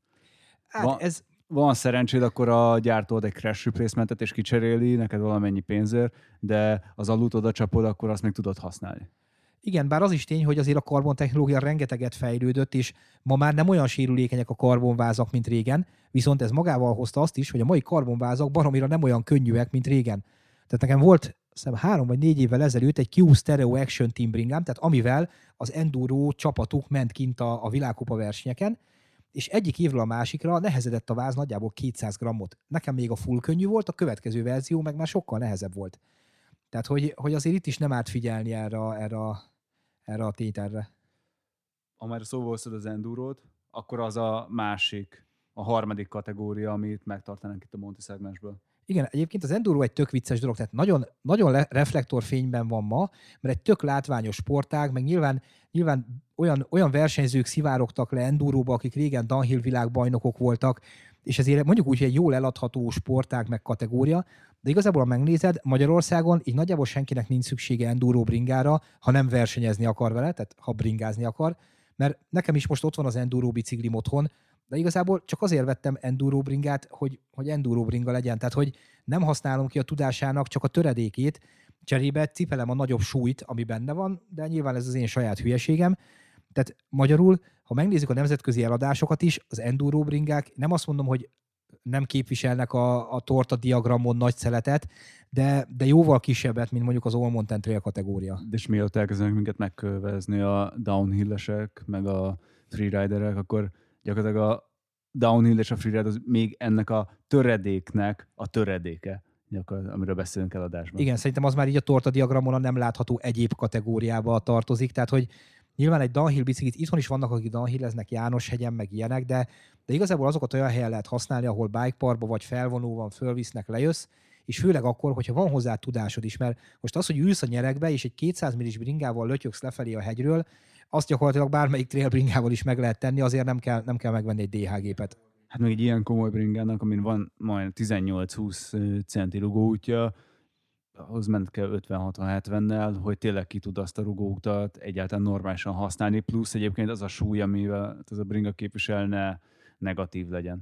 Speaker 2: Hát
Speaker 1: van szerencséd, akkor a gyártó ad egy crash replacementet és kicseréli neked valamennyi pénzért, de az alut oda csapod, akkor azt még tudod használni.
Speaker 2: Igen, bár az is tény, hogy azért a karbontechnológia rengeteget fejlődött, és ma már nem olyan sérülékenyek a karbonvázak, mint régen, viszont ez magával hozta azt is, hogy a mai karbonvázak baromira nem olyan könnyűek, mint régen. Tehát nekem volt 3 vagy 4 évvel ezelőtt egy Q Stereo Action Team bringám, tehát amivel az enduro csapatuk ment kint a világkupa versenyeken, és egyik évről a másikra nehezedett a váz nagyjából 200 grammot. Nekem még a full könnyű volt, a következő verzió meg már sokkal nehezebb volt. Tehát, hogy azért itt is nem árt figyelni erre a tételre.
Speaker 1: Ha már szóval hoztad az endurót, akkor az a másik, a harmadik kategória, amit megtartanánk itt a Monti szegmensből.
Speaker 2: Igen, egyébként az enduro egy tök vicces dolog, tehát nagyon, nagyon reflektorfényben van ma, mert egy tök látványos sportág, meg nyilván olyan versenyzők szivárogtak le enduróba, akik régen downhill világbajnokok voltak, és ezért mondjuk úgy, hogy egy jól eladható sportág meg kategória, de igazából, ha megnézed, Magyarországon így nagyjából senkinek nincs szüksége enduro bringára, ha nem versenyezni akar vele, tehát ha bringázni akar, mert nekem is most ott van az enduro biciklim otthon, de igazából csak azért vettem enduro bringát, hogy enduro bringa legyen, tehát hogy nem használom ki a tudásának csak a töredékét, cserébe cipelem a nagyobb súlyt, ami benne van, de nyilván ez az én saját hülyeségem. Tehát magyarul, ha megnézzük a nemzetközi eladásokat is, az enduro bringák, nem azt mondom, hogy nem képviselnek a torta diagramon nagy szeletet, de jóval kisebbet, mint mondjuk az All Mountain Trail kategória.
Speaker 1: De és mielőtt elkezdenek minket megkövezni a downhillesek, meg a freeriderek, akkor gyakorlatilag a downhill és a freeride az még ennek a töredéknek a töredéke, amiről beszélünk eladásban.
Speaker 2: Igen, szerintem az már így a torta diagramon a nem látható egyéb kategóriába tartozik, tehát hogy nyilván egy downhill biciklit, itthon is vannak, akik downhilleznek Jánoshegyen, meg ilyenek, de igazából azokat olyan helyen lehet használni, ahol bikeparkba vagy felvonó van, fölvisznek, lejössz, és főleg akkor, hogyha van hozzá tudásod is, mert most az, hogy ülsz a nyerekbe, és egy 200 millis bringával lötyögsz lefelé a hegyről, azt gyakorlatilag bármelyik trail bringával is meg lehet tenni, azért nem kell megvenni egy DH gépet.
Speaker 1: Hát még egy ilyen komoly bringának, amin van majd 18-20 centi rugóútja, ahhoz ment kell 50-60-70-nel, hogy tényleg ki tud azt a rugóutat egyáltalán normálisan használni, plusz egyébként az a súly, amivel ez a bringa képviselne, negatív legyen.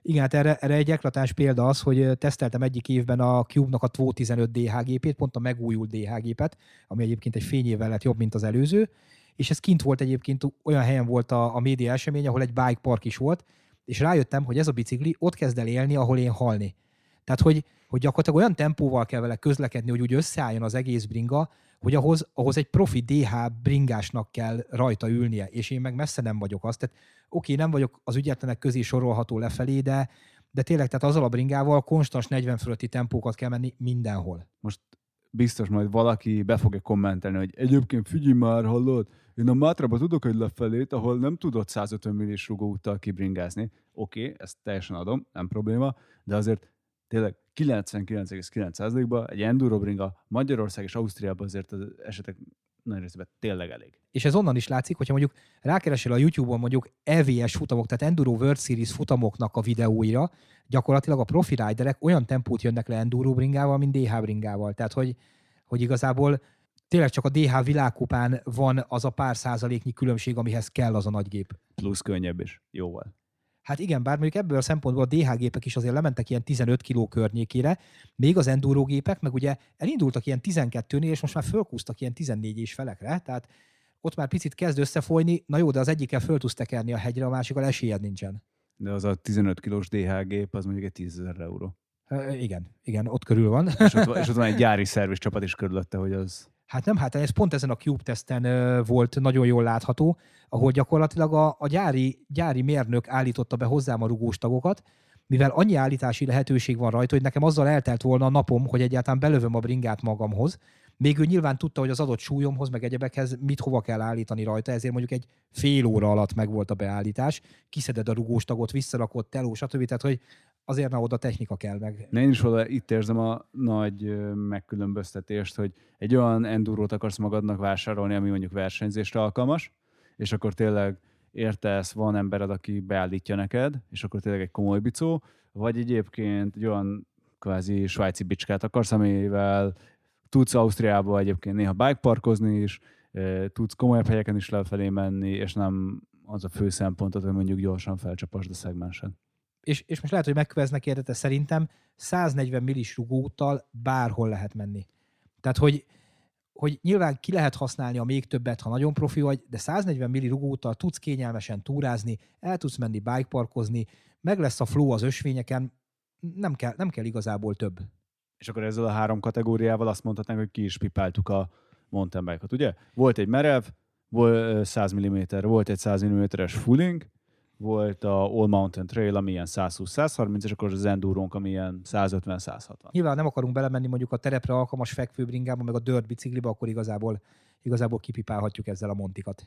Speaker 2: Igen, hát erre egy eklatáns példa az, hogy teszteltem egyik évben a Cube-nak a TWO 15 DH gépét, pont a megújult DH gépet, ami egyébként egy fényével lett jobb, mint az előző, és ez kint volt egyébként, olyan helyen volt a média esemény, ahol egy bike park is volt, és rájöttem, hogy ez a bicikli ott kezd el élni, ahol én halni. Tehát, hogy gyakorlatilag olyan tempóval kell vele közlekedni, hogy úgy összeálljon az egész bringa, hogy ahhoz egy profi DH bringásnak kell rajta ülnie, és én meg messze nem vagyok az. Tehát oké, nem vagyok az ügyetlenek közé sorolható lefelé, de tényleg, tehát azzal a bringával konstans 40 fölötti tempókat kell menni mindenhol.
Speaker 1: Most biztos majd valaki be fogja kommentelni, hogy egyébként figyelj már, hallod, én a Mátrában tudok egy lefelét, ahol nem tudod 150 millis rugóúttal kibringázni. Oké, ezt teljesen adom, nem probléma, de azért tényleg 99,9%-ban egy enduro bringa Magyarország és Ausztriában azért az esetek nagy részében tényleg elég.
Speaker 2: És ez onnan is látszik, hogyha mondjuk rákeresel a YouTube-on mondjuk EVS futamok, tehát Enduro World Series futamoknak a videóira, gyakorlatilag a profi riderek olyan tempót jönnek le enduro bringával, mint DH bringával. Tehát, hogy igazából tényleg csak a DH világkupán van az a pár százaléknyi különbség, amihez kell az a nagy gép.
Speaker 1: Plusz könnyebb is, jóval.
Speaker 2: Hát igen, bár mondjuk ebből a szempontból a DH gépek is azért lementek ilyen 15 kg környékére, még az enduro gépek, meg ugye elindultak ilyen 12-nél, és most már fölkúztak ilyen 14 és felekre, tehát ott már picit kezd összefolyni, na jó, de az egyikkel föl tudsz tekerni a hegyre, a másikkal esélyed nincsen.
Speaker 1: De az a 15 kilós DH gép, az mondjuk egy 10 000 euró.
Speaker 2: Igen, ott körül van.
Speaker 1: És ott van egy gyári szerviz csapat is körülötte, hogy az...
Speaker 2: Hát nem, ez pont ezen a Cube teszten volt nagyon jól látható, ahol gyakorlatilag a gyári mérnök állította be hozzám a rugós tagokat, mivel annyi állítási lehetőség van rajta, hogy nekem azzal eltelt volna a napom, hogy egyáltalán belövöm a bringát magamhoz. Még ő nyilván tudta, hogy az adott súlyomhoz, meg egyebekhez mit hova kell állítani rajta, ezért mondjuk egy fél óra alatt megvolt a beállítás, kiszeded a rugós tagot, visszarakod, teló, stb. Tehát, hogy azért na oda technika kell meg.
Speaker 1: Én is itt érzem a nagy megkülönböztetést, hogy egy olyan endurót akarsz magadnak vásárolni, ami mondjuk versenyzésre alkalmas, és akkor tényleg értesz, van embered, aki beállítja neked, és akkor tényleg egy komoly bicó, vagy egyébként egy olyan kvázi svájci bicskát akarsz, amivel tudsz Ausztriába egyébként néha bikeparkozni is, tudsz komolyabb helyeken is lefelé menni, és nem az a fő szempontot, hogy mondjuk gyorsan felcsapasd a szegmensen.
Speaker 2: És most lehet, hogy megköveznek érte, szerintem 140 millis rugóúttal bárhol lehet menni. Tehát, hogy nyilván ki lehet használni a még többet, ha nagyon profi vagy, de 140 milli rugóúttal tudsz kényelmesen túrázni, el tudsz menni bikeparkozni, meg lesz a flow az ösvényeken, nem kell igazából több.
Speaker 1: És akkor ezzel a 3 kategóriával azt mondhatnánk, hogy ki is pipáltuk a mountain bike-ot, ugye? Volt egy merev, volt 100 mm, volt egy 100 mm-es fulling, volt a All Mountain Trail, ami ilyen 120-130, és akkor az endurónk, ami ilyen 150-160.
Speaker 2: Nyilván nem akarunk belemenni mondjuk a terepre alkalmas fekvőbringába, meg a dirt biciklibe, akkor igazából kipipálhatjuk ezzel a montikat.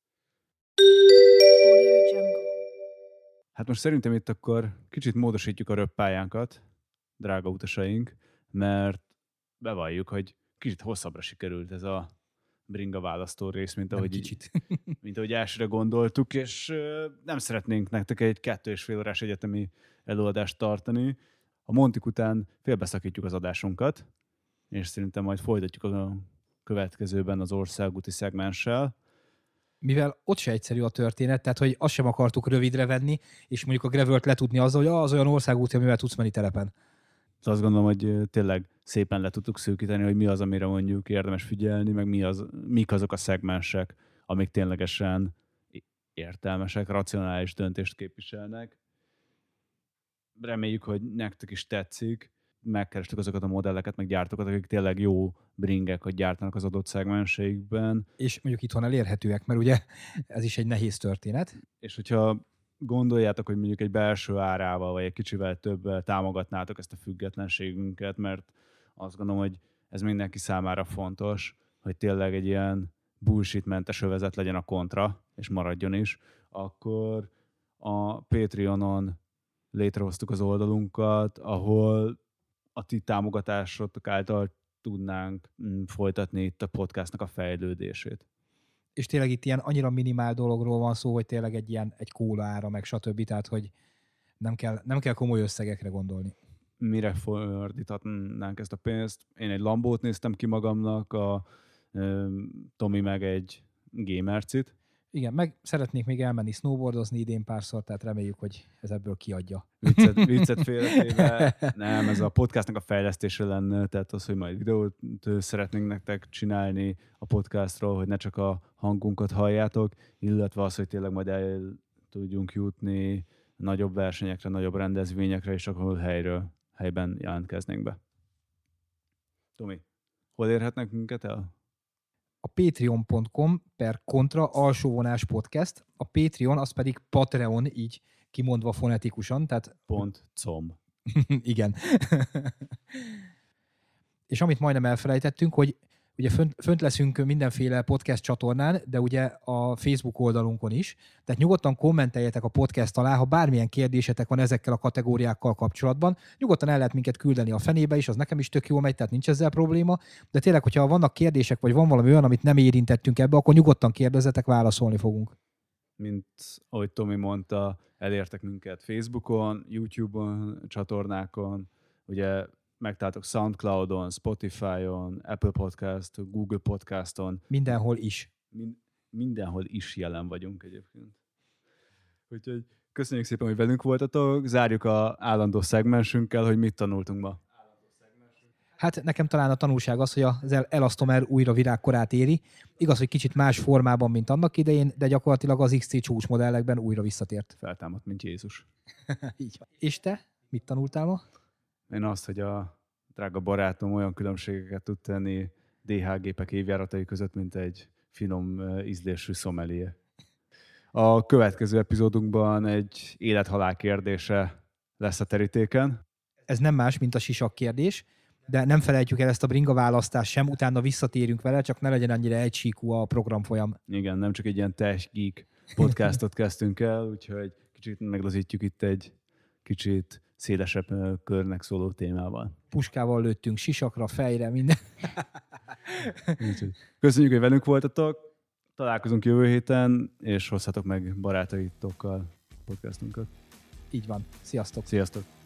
Speaker 1: Hát most szerintem itt akkor kicsit módosítjuk a röppályánkat, drága utasaink, mert bevalljuk, hogy kicsit hosszabbra sikerült ez a bringa választó rész, mint ahogy elsőre gondoltuk, és nem szeretnénk nektek egy 2,5 órás egyetemi előadást tartani. A Montik után félbeszakítjuk az adásunkat, és szerintem majd folytatjuk a következőben az országúti szegmenssel.
Speaker 2: Mivel ott se egyszerű a történet, tehát hogy azt sem akartuk rövidre venni, és mondjuk a gravelt letudni azzal, hogy az olyan országúti, amivel tudsz menni telepen.
Speaker 1: Azt gondolom, hogy tényleg szépen le tudtuk szűkíteni, hogy mi az, amire mondjuk érdemes figyelni, meg mik azok a szegmensek, amik ténylegesen értelmesek, racionális döntést képviselnek. Reméljük, hogy nektek is tetszik. Megkerestük azokat a modelleket, meg gyártókat, akik tényleg jó bringeket gyártanak az adott szegmenseikben.
Speaker 2: És mondjuk itthon elérhetőek, mert ugye ez is egy nehéz történet.
Speaker 1: És hogyha gondoljátok, hogy mondjuk egy belső árával, vagy egy kicsivel többel támogatnátok ezt a függetlenségünket, mert azt gondolom, hogy ez mindenki számára fontos, hogy tényleg egy ilyen bullshit-mentes övezet legyen a kontra, és maradjon is, akkor a Patreonon létrehoztuk az oldalunkat, ahol a ti támogatásotok által tudnánk folytatni itt a podcastnak a fejlődését.
Speaker 2: És tényleg itt ilyen annyira minimál dologról van szó, hogy tényleg egy kóla ára, meg stb. Tehát, hogy nem kell komoly összegekre gondolni.
Speaker 1: Mire fordíthatnánk ezt a pénzt? Én egy Lambót néztem ki magamnak, a Tomi meg egy Gamercit.
Speaker 2: Igen, meg szeretnék még elmenni snowboardozni idén párszor, tehát reméljük, hogy ez ebből kiadja.
Speaker 1: Viccet félretéve, nem, ez a podcastnak a fejlesztése lenne, tehát az, hogy majd videót szeretnénk nektek csinálni a podcastról, hogy ne csak a hangunkat halljátok, illetve az, hogy tényleg majd el tudjunk jutni nagyobb versenyekre, nagyobb rendezvényekre, és akkor helyben jelentkeznénk be. Tomi, hol érhetnek minket el?
Speaker 2: A patreon.com/kontra _podcast. A Patreon az pedig Patreon, így kimondva fonetikusan, tehát...
Speaker 1: .com.
Speaker 2: Igen. És amit majdnem elfelejtettünk, hogy ugye fönt leszünk mindenféle podcast csatornán, de ugye a Facebook oldalunkon is, tehát nyugodtan kommenteljetek a podcast alá, ha bármilyen kérdésetek van ezekkel a kategóriákkal kapcsolatban, nyugodtan el lehet minket küldeni a fenébe is, az nekem is tök jól megy, tehát nincs ezzel probléma, de tényleg, hogyha vannak kérdések, vagy van valami olyan, amit nem érintettünk ebbe, akkor nyugodtan kérdezzetek, válaszolni fogunk.
Speaker 1: Mint ahogy Tomi mondta, elértek minket Facebookon, YouTube-on, csatornákon, ugye megtaláltok SoundCloudon, Spotify-on, Apple Podcast, Google Podcaston.
Speaker 2: Mindenhol is.
Speaker 1: Mindenhol is jelen vagyunk egyébként. Úgyhogy köszönjük szépen, hogy velünk voltatok. Zárjuk az állandó szegmensünkkel, hogy mit tanultunk ma.
Speaker 2: Hát nekem talán a tanulság az, hogy az Elastomer újra virágkorát éri. Igaz, hogy kicsit más formában, mint annak idején, de gyakorlatilag az XC csúcsmodellekben újra visszatért.
Speaker 1: Feltámadt, mint Jézus.
Speaker 2: Így van. És te? Mit tanultál ma?
Speaker 1: Én azt, hogy a drága barátom olyan különbségeket tud tenni DH gépek évjáratai között, mint egy finom ízlésű szomelié. A következő epizódunkban egy élet-halál kérdése lesz a terítéken.
Speaker 2: Ez nem más, mint a sisak kérdés, de nem felejtjük el ezt a bringa választást sem, utána visszatérünk vele, csak ne legyen annyira egysíkú a programfolyam.
Speaker 1: Igen, nem csak egy ilyen tech geek podcastot kezdtünk el, úgyhogy kicsit meglazítjuk itt egy kicsit szélesebb körnek szóló témával.
Speaker 2: Puskával lőttünk sisakra, fejre, minden.
Speaker 1: Köszönjük, hogy velünk voltatok, találkozunk jövő héten, és hozhatok meg barátaitokkal podcastunkat.
Speaker 2: Így van. Sziasztok!
Speaker 1: Sziasztok!